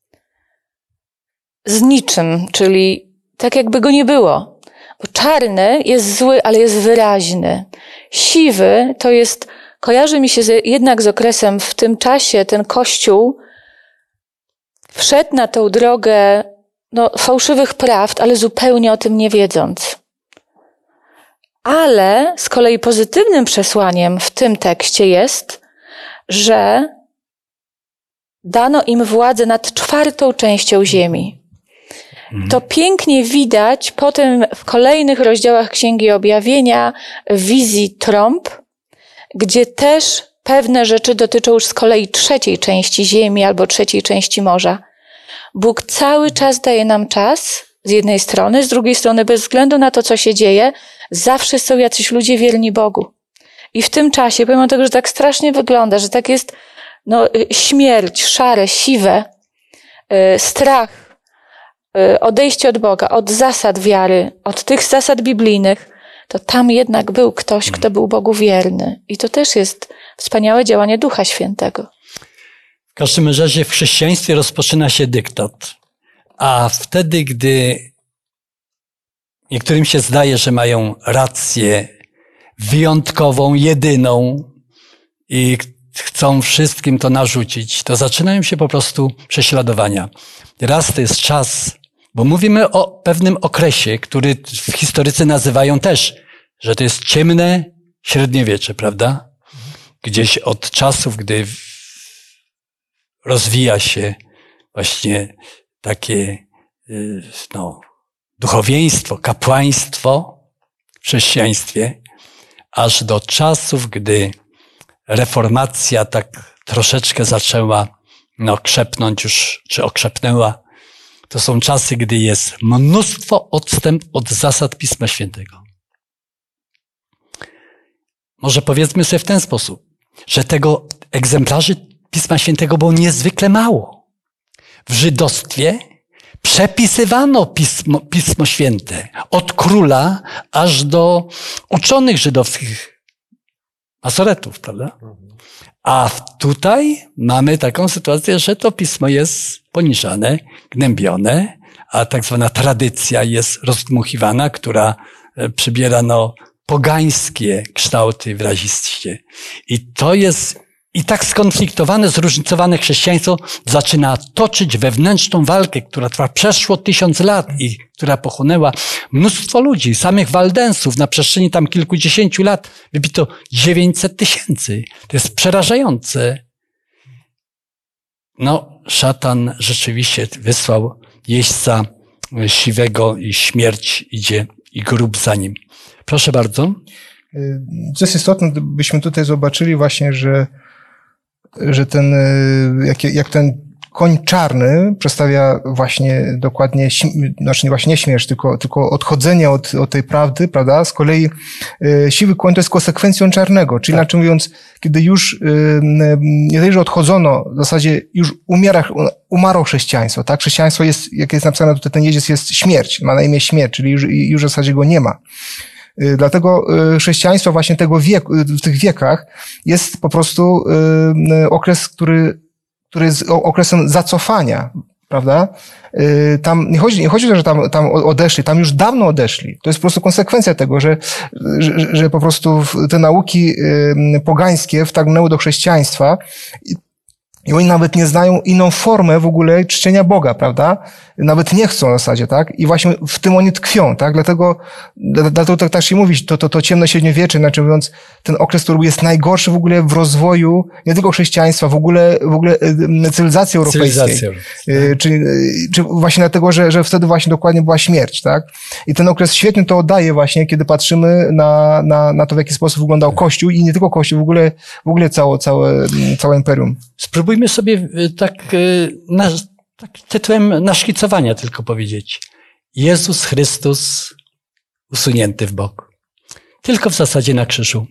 z niczym, czyli tak jakby go nie było. Bo czarny jest zły, ale jest wyraźny. Siwy to jest, kojarzy mi się z, jednak z okresem w tym czasie, ten Kościół wszedł na tą drogę no, fałszywych prawd, ale zupełnie o tym nie wiedząc. Ale z kolei pozytywnym przesłaniem w tym tekście jest, że dano im władzę nad czwartą częścią ziemi. To pięknie widać potem w kolejnych rozdziałach Księgi Objawienia, wizji trąb, gdzie też pewne rzeczy dotyczą już z kolei trzeciej części ziemi albo trzeciej części morza. Bóg cały czas daje nam czas, z jednej strony, z drugiej strony bez względu na to, co się dzieje, zawsze są jacyś ludzie wierni Bogu. I w tym czasie, pomimo tego, że tak strasznie wygląda, że tak jest no, śmierć, szare, siwe, yy, strach, yy, odejście od Boga, od zasad wiary, od tych zasad biblijnych, to tam jednak był ktoś, kto był Bogu wierny. I to też jest wspaniałe działanie Ducha Świętego. W każdym razie w chrześcijaństwie rozpoczyna się dyktat. A wtedy, gdy niektórym się zdaje, że mają rację wyjątkową, jedyną i chcą wszystkim to narzucić, to zaczynają się po prostu prześladowania. Raz to jest czas, bo mówimy o pewnym okresie, który w historycy nazywają też, że to jest ciemne średniowiecze, prawda? Gdzieś od czasów, gdy rozwija się właśnie takie no, duchowieństwo, kapłaństwo w chrześcijaństwie, aż do czasów, gdy reformacja tak troszeczkę zaczęła no, krzepnąć już, czy okrzepnęła. To są czasy, gdy jest mnóstwo odstęp od zasad Pisma Świętego. Może powiedzmy sobie w ten sposób, że tego egzemplarzy Pisma Świętego było niezwykle mało. W żydostwie przepisywano Pismo, Pismo Święte od króla aż do uczonych żydowskich masoretów, prawda? A tutaj mamy taką sytuację, że to pismo jest poniżane, gnębione, a tak zwana tradycja jest rozdmuchiwana, która przybiera no, pogańskie kształty wyraziście. I to jest, i tak skonfliktowane, zróżnicowane chrześcijaństwo zaczyna toczyć wewnętrzną walkę, która trwa przeszło tysiąc lat i która pochłonęła mnóstwo ludzi, samych Waldensów. Na przestrzeni tam kilkudziesięciu lat wybito dziewięćset tysięcy. To jest przerażające. No, szatan rzeczywiście wysłał jeźdźca siwego i śmierć idzie i grób za nim. Proszę bardzo. Co jest istotne, byśmy tutaj zobaczyli właśnie, że, że ten, jak, jak ten koń czarny przedstawia właśnie dokładnie, znaczy nie właśnie nie śmierć, tylko, tylko odchodzenie od, od tej prawdy, prawda? Z kolei y, siwy koń to jest konsekwencją czarnego, czyli tak. Inaczej mówiąc, kiedy już, y, nie tylko, że odchodzono, w zasadzie już umiera, umarło chrześcijaństwo, tak? Chrześcijaństwo jest, jak jest napisane tutaj, ten jeździec jest śmierć, ma na imię śmierć, czyli już, już w zasadzie go nie ma. Y, dlatego y, chrześcijaństwo właśnie tego wieku, w tych wiekach jest po prostu y, okres, który który jest okresem zacofania, prawda? Tam nie chodzi, nie chodzi o to, że tam, tam odeszli, tam już dawno odeszli. To jest po prostu konsekwencja tego, że, że, że po prostu te nauki pogańskie wtargnęły do chrześcijaństwa i oni nawet nie znają inną formę w ogóle czczenia Boga, prawda? Nawet nie chcą w zasadzie, tak? I właśnie w tym oni tkwią, tak? Dlatego, dlatego tak, tak się mówi, to, to, to ciemne średniowiecze, znaczy mówiąc, ten okres, który jest najgorszy w ogóle w rozwoju, nie tylko chrześcijaństwa, w ogóle, w ogóle cywilizacji europejskiej. Cywilizacja. Czyli, czy właśnie dlatego, że, że wtedy właśnie dokładnie była śmierć, tak? I ten okres świetnie to oddaje właśnie, kiedy patrzymy na, na, na to, w jaki sposób wyglądał Kościół i nie tylko Kościół, w ogóle, w ogóle całe, całe, całe imperium. Spróbujmy sobie tak, na, tak tytułem naszkicowania tylko powiedzieć. Jezus Chrystus usunięty w bok. Tylko w zasadzie na krzyżu.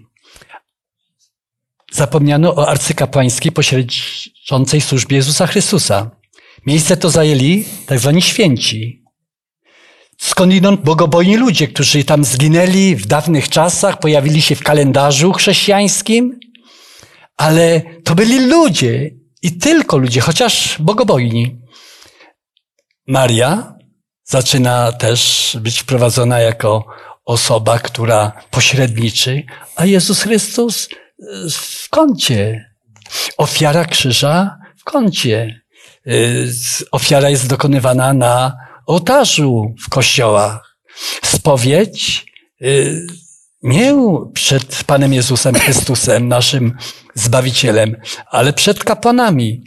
Zapomniano o arcykapłańskiej pośredniczącej służbie Jezusa Chrystusa. Miejsce to zajęli tak zwani święci. Skądinąd bogobojni ludzie, którzy tam zginęli w dawnych czasach, pojawili się w kalendarzu chrześcijańskim, ale to byli ludzie i tylko ludzie, chociaż bogobojni. Maria zaczyna też być wprowadzona jako osoba, która pośredniczy, a Jezus Chrystus w kącie. Ofiara krzyża w kącie. Ofiara jest dokonywana na ołtarzu w kościołach. Spowiedź nie przed Panem Jezusem Chrystusem, naszym Zbawicielem, ale przed kapłanami.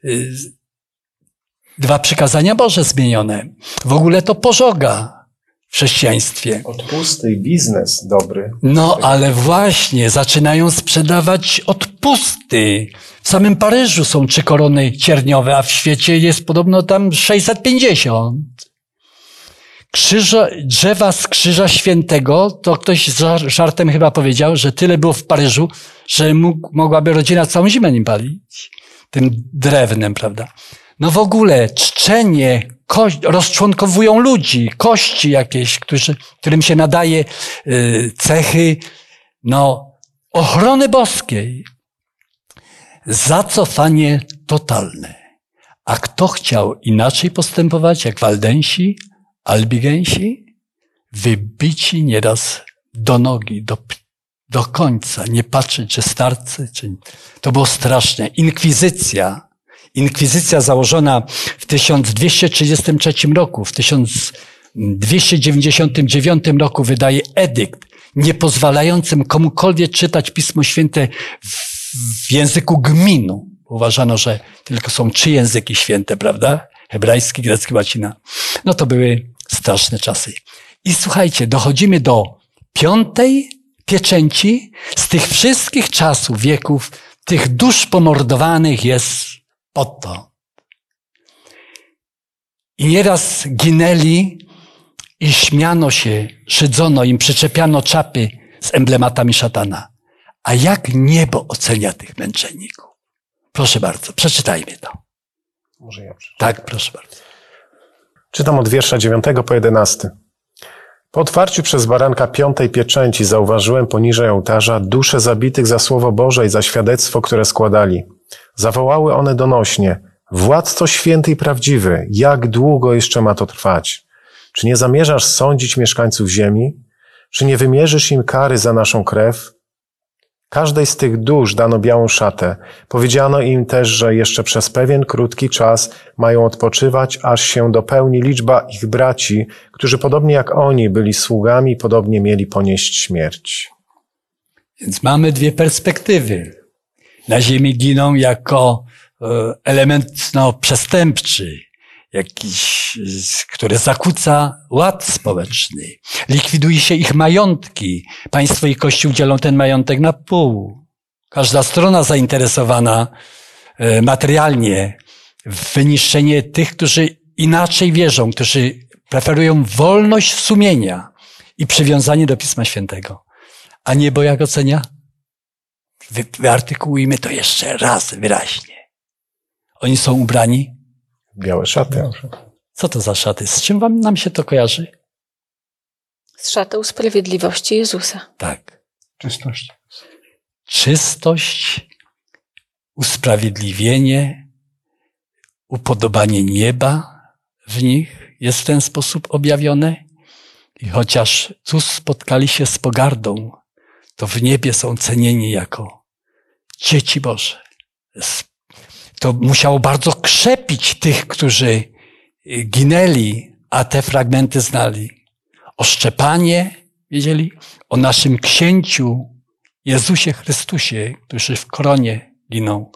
Dwa przykazania Boże zmienione. W ogóle to pożoga w chrześcijaństwie. Odpusty i biznes dobry. No, ale właśnie, zaczynają sprzedawać odpusty. W samym Paryżu są trzy korony cierniowe, a w świecie jest podobno tam sześćset pięćdziesiąt. Krzyża, drzewa z Krzyża Świętego, to ktoś żartem chyba powiedział, że tyle było w Paryżu, że mógł, mogłaby rodzina całą zimę nim palić. Tym drewnem, prawda? No w ogóle czczenie, kość, rozczłonkowują ludzi, kości jakieś, którzy, którym się nadaje y, cechy, no, ochrony boskiej. Zacofanie totalne. A kto chciał inaczej postępować, jak Waldensi, Albigensi? Wybici nieraz do nogi, do, do końca, nie patrzeć, czy starcy, czy... To było straszne. Inkwizycja. Inkwizycja założona w tysiąc dwieście trzydziestym trzecim roku, w tysiąc dwieście dziewięćdziesiątym dziewiątym roku wydaje edykt nie pozwalającym komukolwiek czytać Pismo Święte w, w języku gminu. Uważano, że tylko są trzy języki święte, prawda? Hebrajski, grecki, łacina. No to były straszne czasy. I słuchajcie, dochodzimy do piątej pieczęci. Z tych wszystkich czasów, wieków, tych dusz pomordowanych jest pod to. I nieraz ginęli i śmiano się, szydzono im, przyczepiano czapy z emblematami szatana. A jak niebo ocenia tych męczenników? Proszę bardzo, przeczytajmy to. Może ja przeczytam. Tak, proszę bardzo. Czytam od wiersza dziewiątego po jedenasty. Po otwarciu przez baranka piątej pieczęci zauważyłem poniżej ołtarza dusze zabitych za Słowo Boże i za świadectwo, które składali. Zawołały one donośnie: Władco święty i prawdziwy, jak długo jeszcze ma to trwać? Czy nie zamierzasz sądzić mieszkańców ziemi? Czy nie wymierzysz im kary za naszą krew? Każdej z tych dusz dano białą szatę. Powiedziano im też, że jeszcze przez pewien krótki czas mają odpoczywać, aż się dopełni liczba ich braci, którzy podobnie jak oni byli sługami, podobnie mieli ponieść śmierć. Więc mamy dwie perspektywy. Na ziemi giną jako element no, przestępczy, jakiś, który zakłóca ład społeczny. Likwiduje się ich majątki. Państwo i Kościół dzielą ten majątek na pół. Każda strona zainteresowana materialnie w wyniszczenie tych, którzy inaczej wierzą, którzy preferują wolność sumienia i przywiązanie do Pisma Świętego. A niebo jak ocenia? Wy, wyartykułujmy to jeszcze raz wyraźnie. Oni są ubrani? Białe szaty. Co to za szaty? Z czym wam, nam się to kojarzy? Z szatą sprawiedliwości Jezusa. Tak. Czystość. Czystość, usprawiedliwienie, upodobanie nieba w nich jest w ten sposób objawione. I chociaż tu spotkali się z pogardą, to w niebie są cenieni jako dzieci Boże. To musiało bardzo krzepić tych, którzy ginęli, a te fragmenty znali. O Szczepanie wiedzieli, o naszym księciu Jezusie Chrystusie, którzy w koronie giną.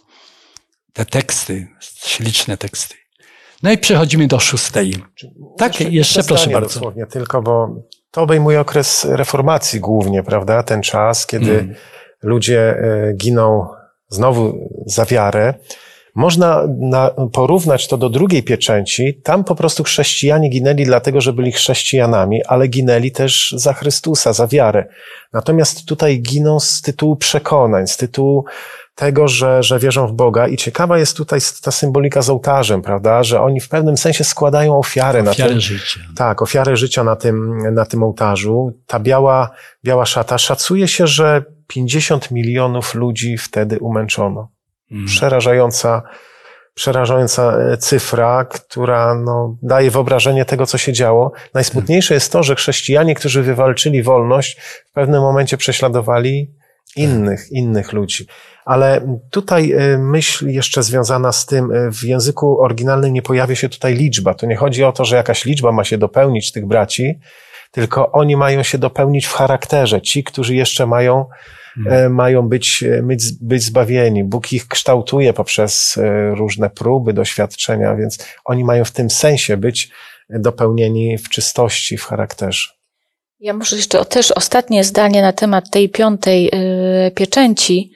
Te teksty, śliczne teksty. No i przechodzimy do szóstej. Tak, jeszcze, jeszcze proszę bardzo. Dosłownie tylko, bo to obejmuje okres reformacji głównie, prawda? Ten czas, kiedy mm. ludzie giną znowu za wiarę. Można na, porównać to do drugiej pieczęci. Tam po prostu chrześcijanie ginęli dlatego, że byli chrześcijanami, ale ginęli też za Chrystusa, za wiarę. Natomiast tutaj giną z tytułu przekonań, z tytułu tego, że, że wierzą w Boga. I ciekawa jest tutaj ta symbolika z ołtarzem, prawda? Że oni w pewnym sensie składają ofiarę. Ofiarę na tym, życia. Tak, ofiarę życia na tym, na tym ołtarzu. Ta biała, biała szata. Szacuje się, że pięćdziesiąt milionów ludzi wtedy umęczono. Hmm. Przerażająca, przerażająca cyfra, która no, daje wyobrażenie tego, co się działo. Najsmutniejsze jest to, że chrześcijanie, którzy wywalczyli wolność, w pewnym momencie prześladowali innych, innych ludzi. Ale tutaj myśl jeszcze związana z tym, w języku oryginalnym nie pojawia się tutaj liczba. To nie chodzi o to, że jakaś liczba ma się dopełnić tych braci, tylko oni mają się dopełnić w charakterze. Ci, którzy jeszcze mają Hmm. mają być, być, być zbawieni. Bóg ich kształtuje poprzez różne próby, doświadczenia, więc oni mają w tym sensie być dopełnieni w czystości, w charakterze. Ja może jeszcze też ostatnie zdanie na temat tej piątej yy, pieczęci.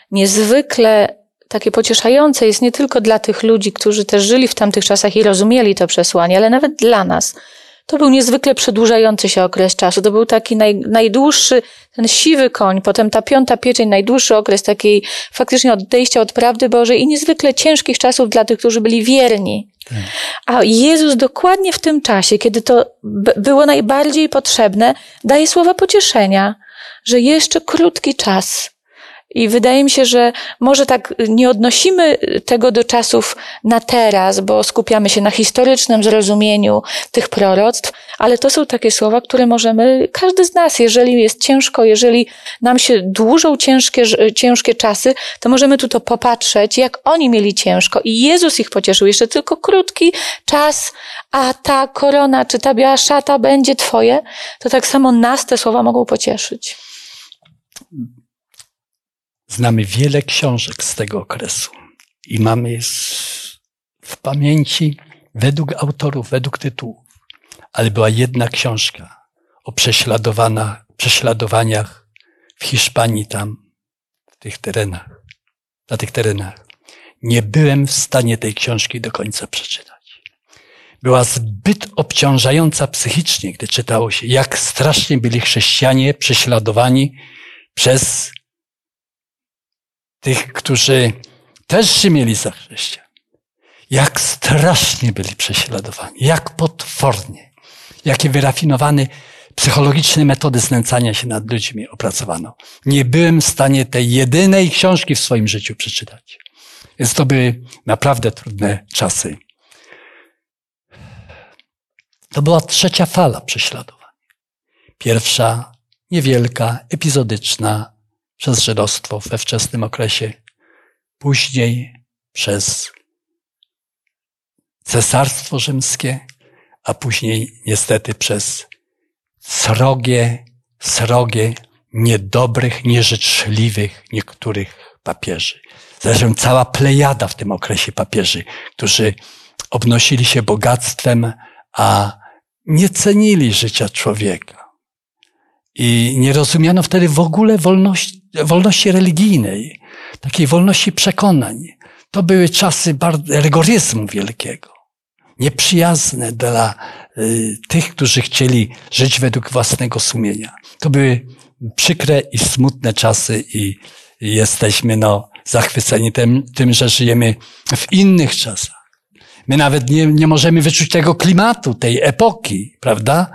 Niezwykle takie pocieszające jest nie tylko dla tych ludzi, którzy też żyli w tamtych czasach i rozumieli to przesłanie, ale nawet dla nas. To był niezwykle przedłużający się okres czasu. To był taki naj, najdłuższy, ten siwy koń, potem ta piąta pieczęć, najdłuższy okres takiej faktycznie odejścia od prawdy Bożej i niezwykle ciężkich czasów dla tych, którzy byli wierni. A Jezus dokładnie w tym czasie, kiedy to b- było najbardziej potrzebne, daje słowa pocieszenia, że jeszcze krótki czas. I wydaje mi się, że może tak nie odnosimy tego do czasów na teraz, bo skupiamy się na historycznym zrozumieniu tych proroctw, ale to są takie słowa, które możemy, każdy z nas, jeżeli jest ciężko, jeżeli nam się dłużą ciężkie, ciężkie czasy, to możemy tu to popatrzeć, jak oni mieli ciężko i Jezus ich pocieszył. Jeszcze tylko krótki czas, a ta korona, czy ta biała szata będzie twoje, to tak samo nas te słowa mogą pocieszyć. Znamy wiele książek z tego okresu i mamy w pamięci według autorów, według tytułów. Ale była jedna książka o prześladowana, prześladowaniach w Hiszpanii tam, w tych terenach, na tych terenach. Nie byłem w stanie tej książki do końca przeczytać. Była zbyt obciążająca psychicznie, gdy czytało się, jak strasznie byli chrześcijanie prześladowani przez tych, którzy też się mieli za chrześcijan. Jak strasznie byli prześladowani, jak potwornie, jakie wyrafinowane psychologiczne metody znęcania się nad ludźmi opracowano. Nie byłem w stanie tej jedynej książki w swoim życiu przeczytać. Więc to były naprawdę trudne czasy. To była trzecia fala prześladowań. Pierwsza, niewielka, epizodyczna, przez żydostwo we wczesnym okresie. Później przez Cesarstwo Rzymskie, a później niestety przez srogie, srogie, niedobrych, nieżyczliwych niektórych papieży. Zresztą cała plejada w tym okresie papieży, którzy obnosili się bogactwem, a nie cenili życia człowieka. I nie rozumiano wtedy w ogóle wolności, wolności religijnej, takiej wolności przekonań. To były czasy bardzo, rygoryzmu wielkiego, nieprzyjazne dla y, tych, którzy chcieli żyć według własnego sumienia. To były przykre i smutne czasy i jesteśmy no, zachwyceni tym, tym, że żyjemy w innych czasach. My nawet nie, nie możemy wyczuć tego klimatu, tej epoki, prawda?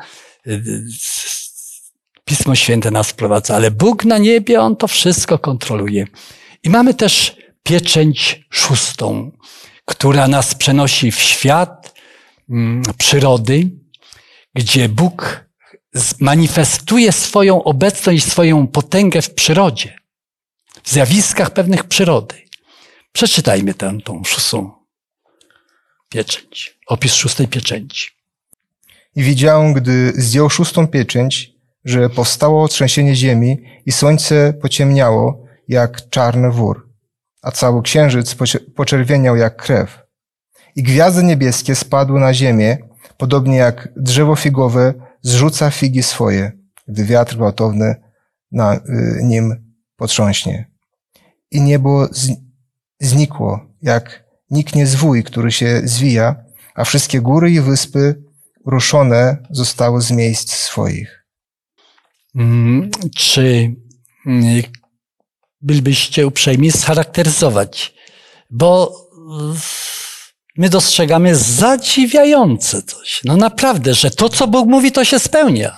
Pismo Święte nas wprowadza, ale Bóg na niebie, On to wszystko kontroluje. I mamy też pieczęć szóstą, która nas przenosi w świat mm, przyrody, gdzie Bóg manifestuje swoją obecność, swoją potęgę w przyrodzie, w zjawiskach pewnych przyrody. Przeczytajmy tę, tą szóstą pieczęć, opis szóstej pieczęci. I widziałem, gdy zdjął szóstą pieczęć, że powstało trzęsienie ziemi i słońce pociemniało jak czarny wór, a cały księżyc poczerwieniał jak krew. I gwiazdy niebieskie spadły na ziemię, podobnie jak drzewo figowe zrzuca figi swoje, gdy wiatr gwałtowny na nim potrząśnie. I niebo znikło, jak niknie zwój, który się zwija, a wszystkie góry i wyspy ruszone zostały z miejsc swoich. Hmm, czy bylibyście uprzejmi scharakteryzować? Bo my dostrzegamy zadziwiające coś. No naprawdę, że to, co Bóg mówi, to się spełnia.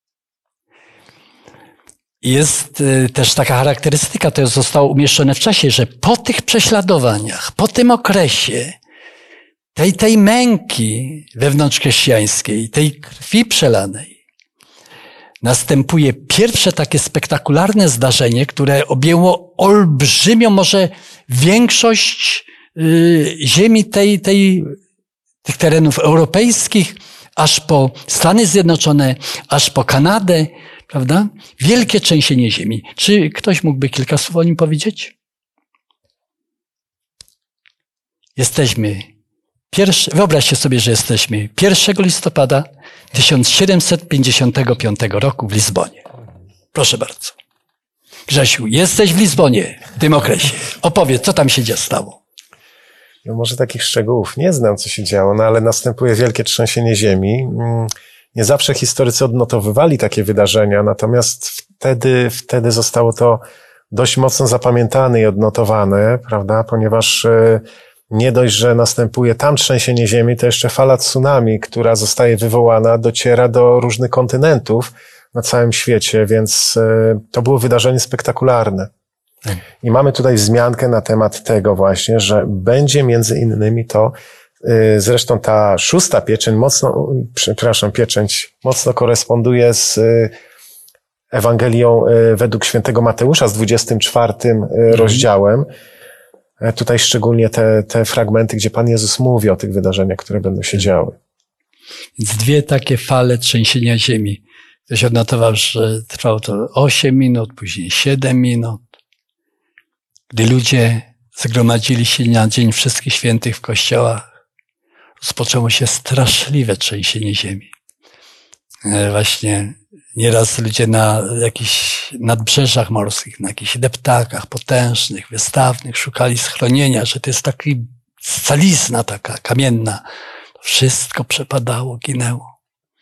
Jest też taka charakterystyka, to zostało umieszczone w czasie, że po tych prześladowaniach, po tym okresie, tej, tej męki wewnątrzchrześcijańskiej, tej krwi przelanej, następuje pierwsze takie spektakularne zdarzenie, które objęło olbrzymią, może większość y, ziemi tej, tej, tych terenów europejskich, aż po Stany Zjednoczone, aż po Kanadę, prawda? Wielkie trzęsienie ziemi. Czy ktoś mógłby kilka słów o nim powiedzieć? Jesteśmy pierwszy, wyobraźcie sobie, że jesteśmy pierwszego listopada tysiąc siedemset pięćdziesiątego piątego roku w Lizbonie. Proszę bardzo. Grzesiu, jesteś w Lizbonie w tym okresie. Opowiedz, co tam się stało. No może takich szczegółów nie znam, co się działo, no ale następuje wielkie trzęsienie ziemi. Nie zawsze historycy odnotowywali takie wydarzenia, natomiast wtedy, wtedy zostało to dość mocno zapamiętane i odnotowane, prawda, ponieważ nie dość, że następuje tam trzęsienie ziemi, to jeszcze fala tsunami, która zostaje wywołana, dociera do różnych kontynentów na całym świecie, więc to było wydarzenie spektakularne. I mamy tutaj wzmiankę na temat tego właśnie, że będzie między innymi to, zresztą ta szósta pieczęć mocno, przepraszam, pieczęć mocno koresponduje z Ewangelią według świętego Mateusza z dwudziestym czwartym mm. rozdziałem. Tutaj szczególnie te, te fragmenty, gdzie Pan Jezus mówi o tych wydarzeniach, które będą się działy. Więc dwie takie fale trzęsienia ziemi. Ktoś odnotował, że trwało to osiem minut, później siedem minut. Gdy ludzie zgromadzili się na Dzień Wszystkich Świętych w kościołach, rozpoczęło się straszliwe trzęsienie ziemi. Właśnie nieraz ludzie na jakichś nadbrzeżach morskich, na jakichś deptakach potężnych, wystawnych szukali schronienia, że to jest taki scalizna taka kamienna. Wszystko przepadało, ginęło.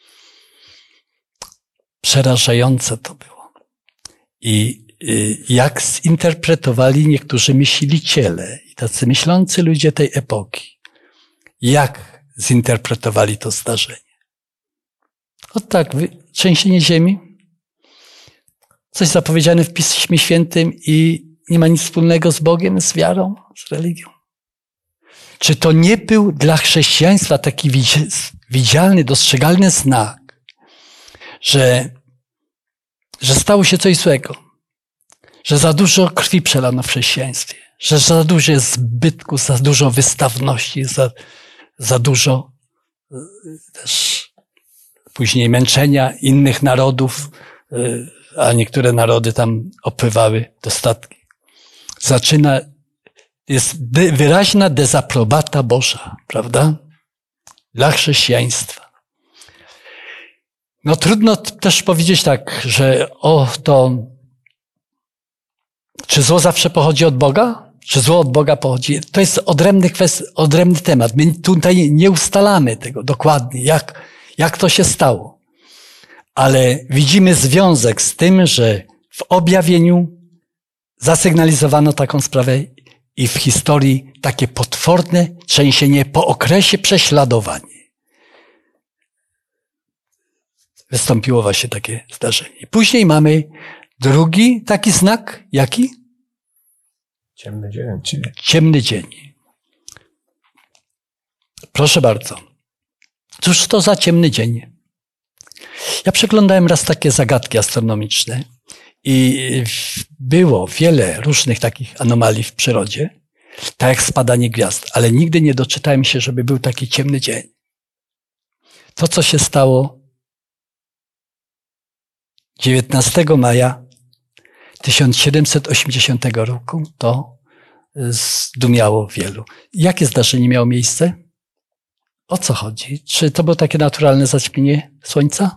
Przerażające to było. I jak zinterpretowali niektórzy myśliciele i tacy myślący ludzie tej epoki, jak zinterpretowali to zdarzenie? No tak, trzęsienie ziemi. Coś zapowiedziane w Piśmie Świętym i nie ma nic wspólnego z Bogiem, z wiarą, z religią. Czy to nie był dla chrześcijaństwa taki widzialny, dostrzegalny znak, że, że stało się coś złego, że za dużo krwi przelano w chrześcijaństwie, że za dużo jest zbytku, za dużo wystawności, za, za dużo też później męczenia innych narodów, a niektóre narody tam opływały dostatki. Zaczyna, jest de, wyraźna dezaprobata Boża, prawda? Dla chrześcijaństwa. No trudno też powiedzieć tak, że o to, czy zło zawsze pochodzi od Boga? Czy zło od Boga pochodzi? To jest odrębny, kwest, odrębny temat. My tutaj nie ustalamy tego dokładnie, jak, jak to się stało. Ale widzimy związek z tym, że w objawieniu zasygnalizowano taką sprawę i w historii takie potworne trzęsienie po okresie prześladowania. Wystąpiło właśnie takie zdarzenie. Później mamy drugi taki znak. Jaki? Ciemny dzień. Ciemny dzień. Proszę bardzo. Cóż to za ciemny dzień? Ja przeglądałem raz takie zagadki astronomiczne i było wiele różnych takich anomalii w przyrodzie, tak jak spadanie gwiazd, ale nigdy nie doczytałem się, żeby był taki ciemny dzień. To, co się stało dziewiętnastego maja tysiąc siedemset osiemdziesiątego roku, to zdumiało wielu. Jakie zdarzenie miało miejsce? O co chodzi? Czy to było takie naturalne zaćmienie Słońca?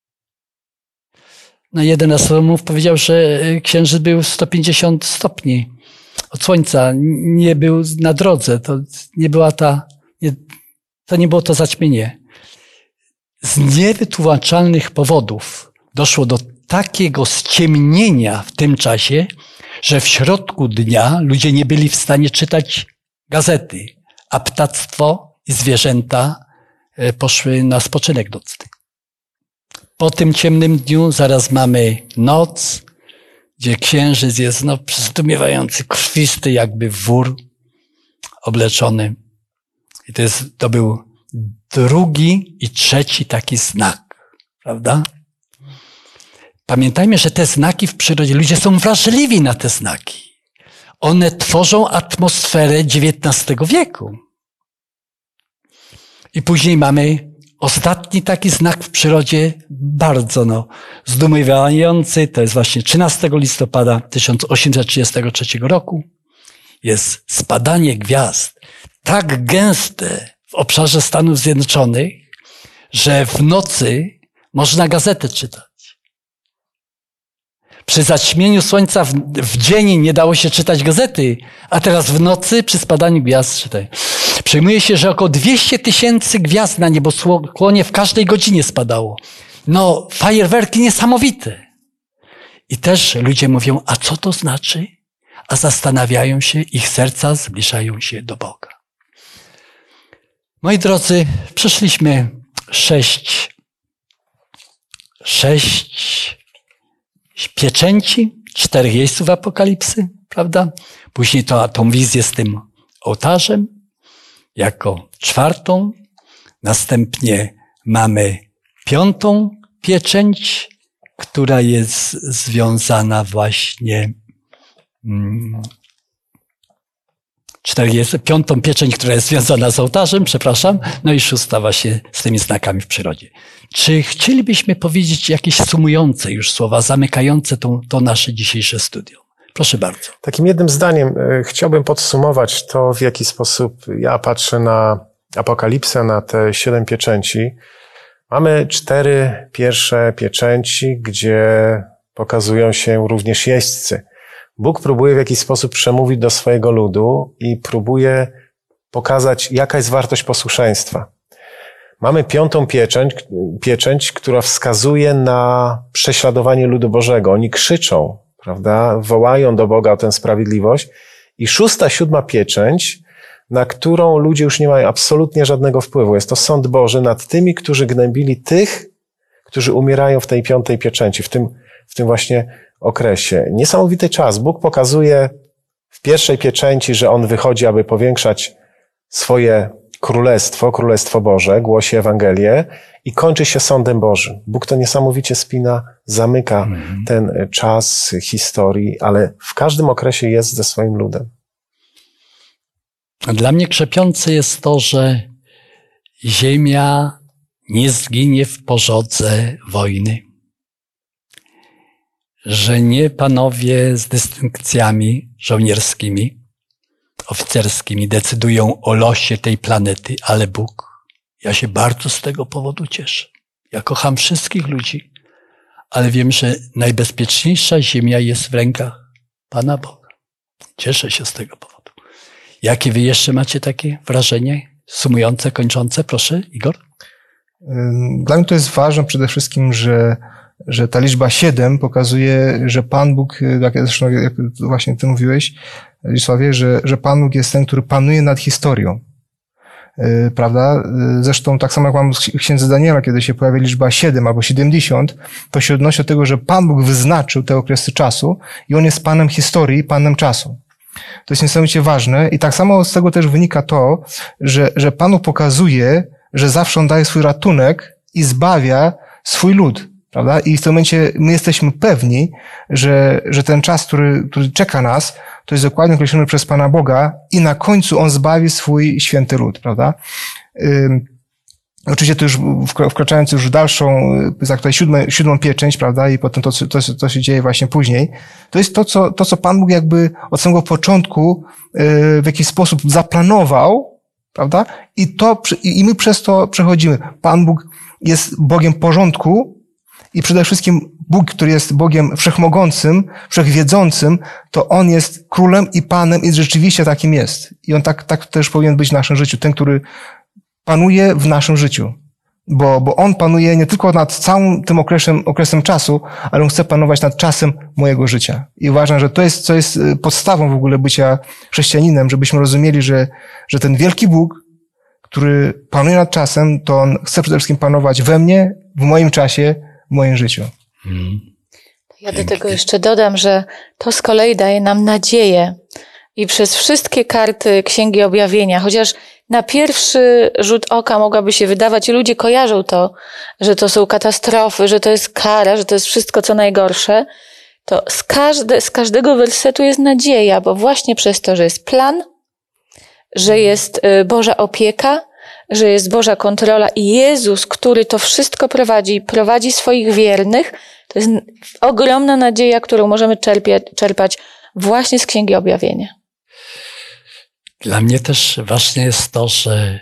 No jeden astronomów powiedział, że Księżyc był sto pięćdziesiąt stopni od Słońca. Nie był na drodze. To nie była ta, nie, to nie było to zaćmienie. Z niewytłumaczalnych powodów doszło do takiego ściemnienia w tym czasie, że w środku dnia ludzie nie byli w stanie czytać gazety, a ptactwo i zwierzęta poszły na spoczynek nocny. Po tym ciemnym dniu zaraz mamy noc, gdzie księżyc jest no, zdumiewający, krwisty, jakby wór obleczony. I to, jest, to był drugi i trzeci taki znak, prawda? Pamiętajmy, że te znaki w przyrodzie, ludzie są wrażliwi na te znaki. One tworzą atmosferę dziewiętnastego wieku. I później mamy ostatni taki znak w przyrodzie, bardzo no, zdumiewający, to jest właśnie trzynastego listopada tysiąc osiemset trzydziestego trzeciego roku. Jest spadanie gwiazd tak gęste w obszarze Stanów Zjednoczonych, że w nocy można gazetę czytać. Przy zaćmieniu słońca w, w dzień nie dało się czytać gazety, a teraz w nocy przy spadaniu gwiazd czytaj. Przyjmuje się, że około dwieście tysięcy gwiazd na nieboskłonie w każdej godzinie spadało. No, fajerwerki niesamowite. I też ludzie mówią, a co to znaczy? A zastanawiają się, ich serca zbliżają się do Boga. Moi drodzy, przeszliśmy sześć, sześć pieczęci, czterech jeźdźców Apokalipsy, prawda? Później to, tą wizję z tym ołtarzem, jako czwartą. Następnie mamy piątą pieczęć, która jest związana właśnie hmm, cztery jest, piątą pieczęć, która jest związana z ołtarzem, przepraszam, no i szósta właśnie z tymi znakami w przyrodzie. Czy chcielibyśmy powiedzieć jakieś sumujące już słowa, zamykające to, to nasze dzisiejsze studium? Proszę bardzo. Takim jednym zdaniem chciałbym podsumować to, w jaki sposób ja patrzę na Apokalipsę, na te siedem pieczęci. Mamy cztery pierwsze pieczęci, gdzie pokazują się również jeźdźcy. Bóg próbuje w jakiś sposób przemówić do swojego ludu i próbuje pokazać, jaka jest wartość posłuszeństwa. Mamy piątą pieczęć, pieczęć, która wskazuje na prześladowanie ludu Bożego. Oni krzyczą, prawda, wołają do Boga o tę sprawiedliwość. I szósta, siódma pieczęć, na którą ludzie już nie mają absolutnie żadnego wpływu. Jest to sąd Boży nad tymi, którzy gnębili tych, którzy umierają w tej piątej pieczęci, w tym, w tym właśnie okresie. Niesamowity czas. Bóg pokazuje w pierwszej pieczęci, że On wychodzi, aby powiększać swoje królestwo, królestwo Boże, głosi Ewangelię i kończy się sądem Bożym. Bóg to niesamowicie spina, zamyka mm. ten czas historii, ale w każdym okresie jest ze swoim ludem. Dla mnie krzepiące jest to, że ziemia nie zginie w pożodze wojny, że nie panowie z dystynkcjami żołnierskimi, oficerskimi decydują o losie tej planety, ale Bóg. Ja się bardzo z tego powodu cieszę. Ja kocham wszystkich ludzi, ale wiem, że najbezpieczniejsza ziemia jest w rękach Pana Boga. Cieszę się z tego powodu. Jakie wy jeszcze macie takie wrażenie sumujące, kończące? Proszę, Igor. Dla mnie to jest ważne przede wszystkim, że, że ta liczba siedem pokazuje, że Pan Bóg, jak zresztą jak właśnie ty mówiłeś, Wisławie, że, że Pan Bóg jest ten, który panuje nad historią. Yy, prawda? Zresztą tak samo jak mam w księdze Daniela, kiedy się pojawia liczba siedem albo siedemdziesiąt, to się odnosi do tego, że Pan Bóg wyznaczył te okresy czasu i On jest Panem historii, Panem czasu. To jest niesamowicie ważne i tak samo z tego też wynika to, że, że Panu pokazuje, że zawsze On daje swój ratunek i zbawia swój lud, prawda? I w tym momencie my jesteśmy pewni, że, że ten czas, który, który czeka nas, to jest dokładnie określony przez Pana Boga i na końcu On zbawi swój święty lud, prawda? Ym, Oczywiście to już wkraczając już w dalszą, jak tutaj siódmą, siódmą pieczęć, prawda, i potem to, to, to się dzieje właśnie później, to jest to, co, to, co Pan Bóg jakby od samego początku w jakiś sposób zaplanował, prawda, i to, i my przez to przechodzimy. Pan Bóg jest Bogiem porządku i przede wszystkim Bóg, który jest Bogiem wszechmogącym, wszechwiedzącym, to On jest królem i Panem i rzeczywiście takim jest. I On tak, tak też powinien być w naszym życiu. Ten, który panuje w naszym życiu, bo, bo On panuje nie tylko nad całym tym okresem, okresem czasu, ale On chce panować nad czasem mojego życia. I uważam, że to jest, co jest podstawą w ogóle bycia chrześcijaninem, żebyśmy rozumieli, że, że ten wielki Bóg, który panuje nad czasem, to On chce przede wszystkim panować we mnie, w moim czasie, w moim życiu. Hmm. Ja do tego jeszcze dodam, że to z kolei daje nam nadzieję. I przez wszystkie karty Księgi Objawienia, chociaż na pierwszy rzut oka mogłaby się wydawać, i ludzie kojarzą to, że to są katastrofy, że to jest kara, że to jest wszystko co najgorsze, to z, każde, z każdego wersetu jest nadzieja, bo właśnie przez to, że jest plan, że jest Boża opieka, że jest Boża kontrola i Jezus, który to wszystko prowadzi, prowadzi swoich wiernych, to jest ogromna nadzieja, którą możemy czerpie, czerpać właśnie z Księgi Objawienia. Dla mnie też ważne jest to, że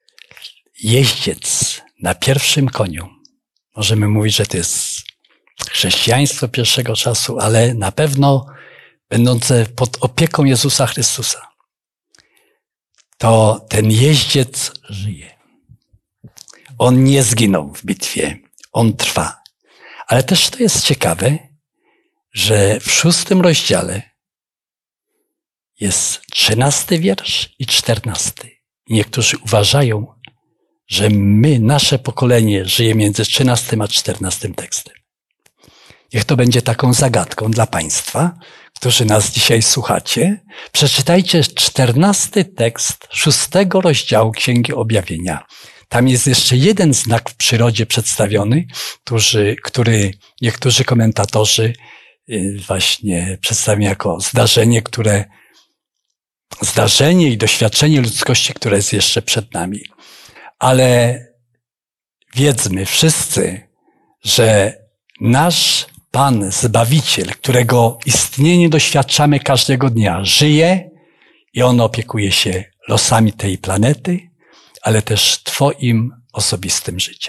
jeździec na pierwszym koniu, możemy mówić, że to jest chrześcijaństwo pierwszego czasu, ale na pewno będące pod opieką Jezusa Chrystusa, to ten jeździec żyje. On nie zginął w bitwie, on trwa. Ale też to jest ciekawe, że w szóstym rozdziale jest trzynasty wiersz i czternasty. I niektórzy uważają, że my, nasze pokolenie, żyje między trzynastym a czternastym tekstem. Niech to będzie taką zagadką dla Państwa, którzy nas dzisiaj słuchacie. Przeczytajcie czternasty tekst szóstego rozdziału Księgi Objawienia. Tam jest jeszcze jeden znak w przyrodzie przedstawiony, który, który niektórzy komentatorzy właśnie przedstawiają jako zdarzenie, które zdarzenie i doświadczenie ludzkości, które jest jeszcze przed nami. Ale wiedzmy wszyscy, że nasz Pan, Zbawiciel, którego istnienie doświadczamy każdego dnia, żyje i On opiekuje się losami tej planety, ale też Twoim osobistym życiem.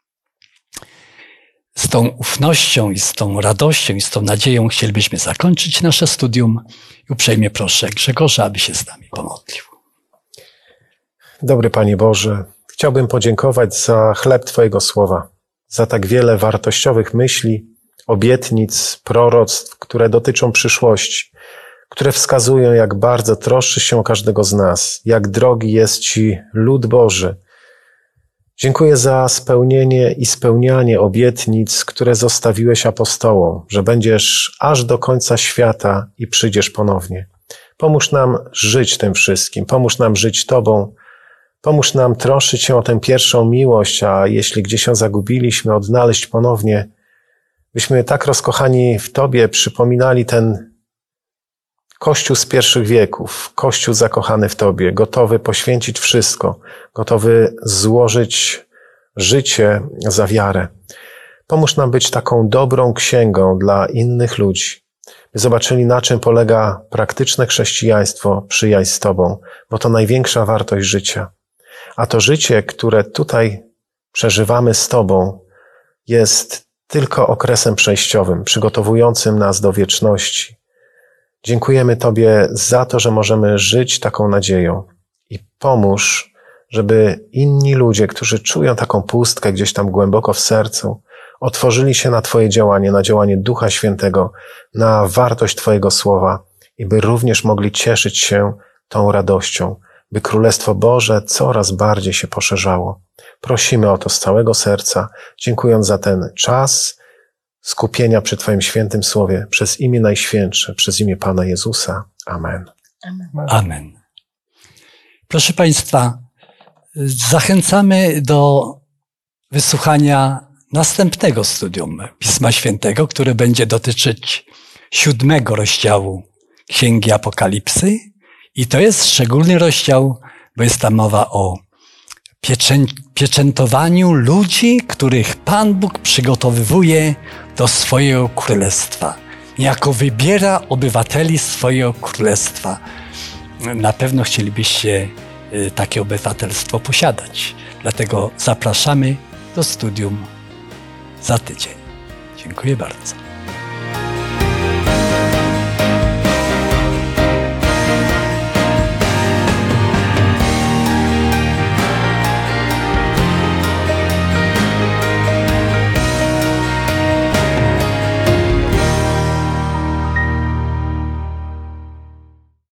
Z tą ufnością i z tą radością i z tą nadzieją chcielibyśmy zakończyć nasze studium i uprzejmie proszę Grzegorza, aby się z nami pomodlił. Dobry Panie Boże, chciałbym podziękować za chleb Twojego słowa, za tak wiele wartościowych myśli, obietnic, proroctw, które dotyczą przyszłości, które wskazują, jak bardzo troszczy się o każdego z nas, jak drogi jest Ci lud Boży, Dziękuję za spełnienie i spełnianie obietnic, które zostawiłeś apostołom, że będziesz aż do końca świata i przyjdziesz ponownie. Pomóż nam żyć tym wszystkim, pomóż nam żyć Tobą, pomóż nam troszyć się o tę pierwszą miłość, a jeśli gdzieś ją zagubiliśmy, odnaleźć ponownie, byśmy tak rozkochani w Tobie przypominali ten Kościół z pierwszych wieków, Kościół zakochany w Tobie, gotowy poświęcić wszystko, gotowy złożyć życie za wiarę. Pomóż nam być taką dobrą księgą dla innych ludzi, by zobaczyli, na czym polega praktyczne chrześcijaństwo, przyjaźń z Tobą, bo to największa wartość życia. A to życie, które tutaj przeżywamy z Tobą, jest tylko okresem przejściowym, przygotowującym nas do wieczności. Dziękujemy Tobie za to, że możemy żyć taką nadzieją i pomóż, żeby inni ludzie, którzy czują taką pustkę gdzieś tam głęboko w sercu, otworzyli się na Twoje działanie, na działanie Ducha Świętego, na wartość Twojego słowa i by również mogli cieszyć się tą radością, by Królestwo Boże coraz bardziej się poszerzało. Prosimy o to z całego serca, dziękując za ten czas skupienia przy Twoim świętym słowie, przez imię Najświętsze, przez imię Pana Jezusa. Amen. Amen. Amen. Proszę Państwa, zachęcamy do wysłuchania następnego studium Pisma Świętego, które będzie dotyczyć siódmego rozdziału Księgi Apokalipsy. I to jest szczególny rozdział, bo jest tam mowa o pieczę- pieczętowaniu ludzi, których Pan Bóg przygotowywuje do swojego królestwa. Niejako wybiera obywateli swojego królestwa. Na pewno chcielibyście takie obywatelstwo posiadać. Dlatego zapraszamy do studium za tydzień. Dziękuję bardzo.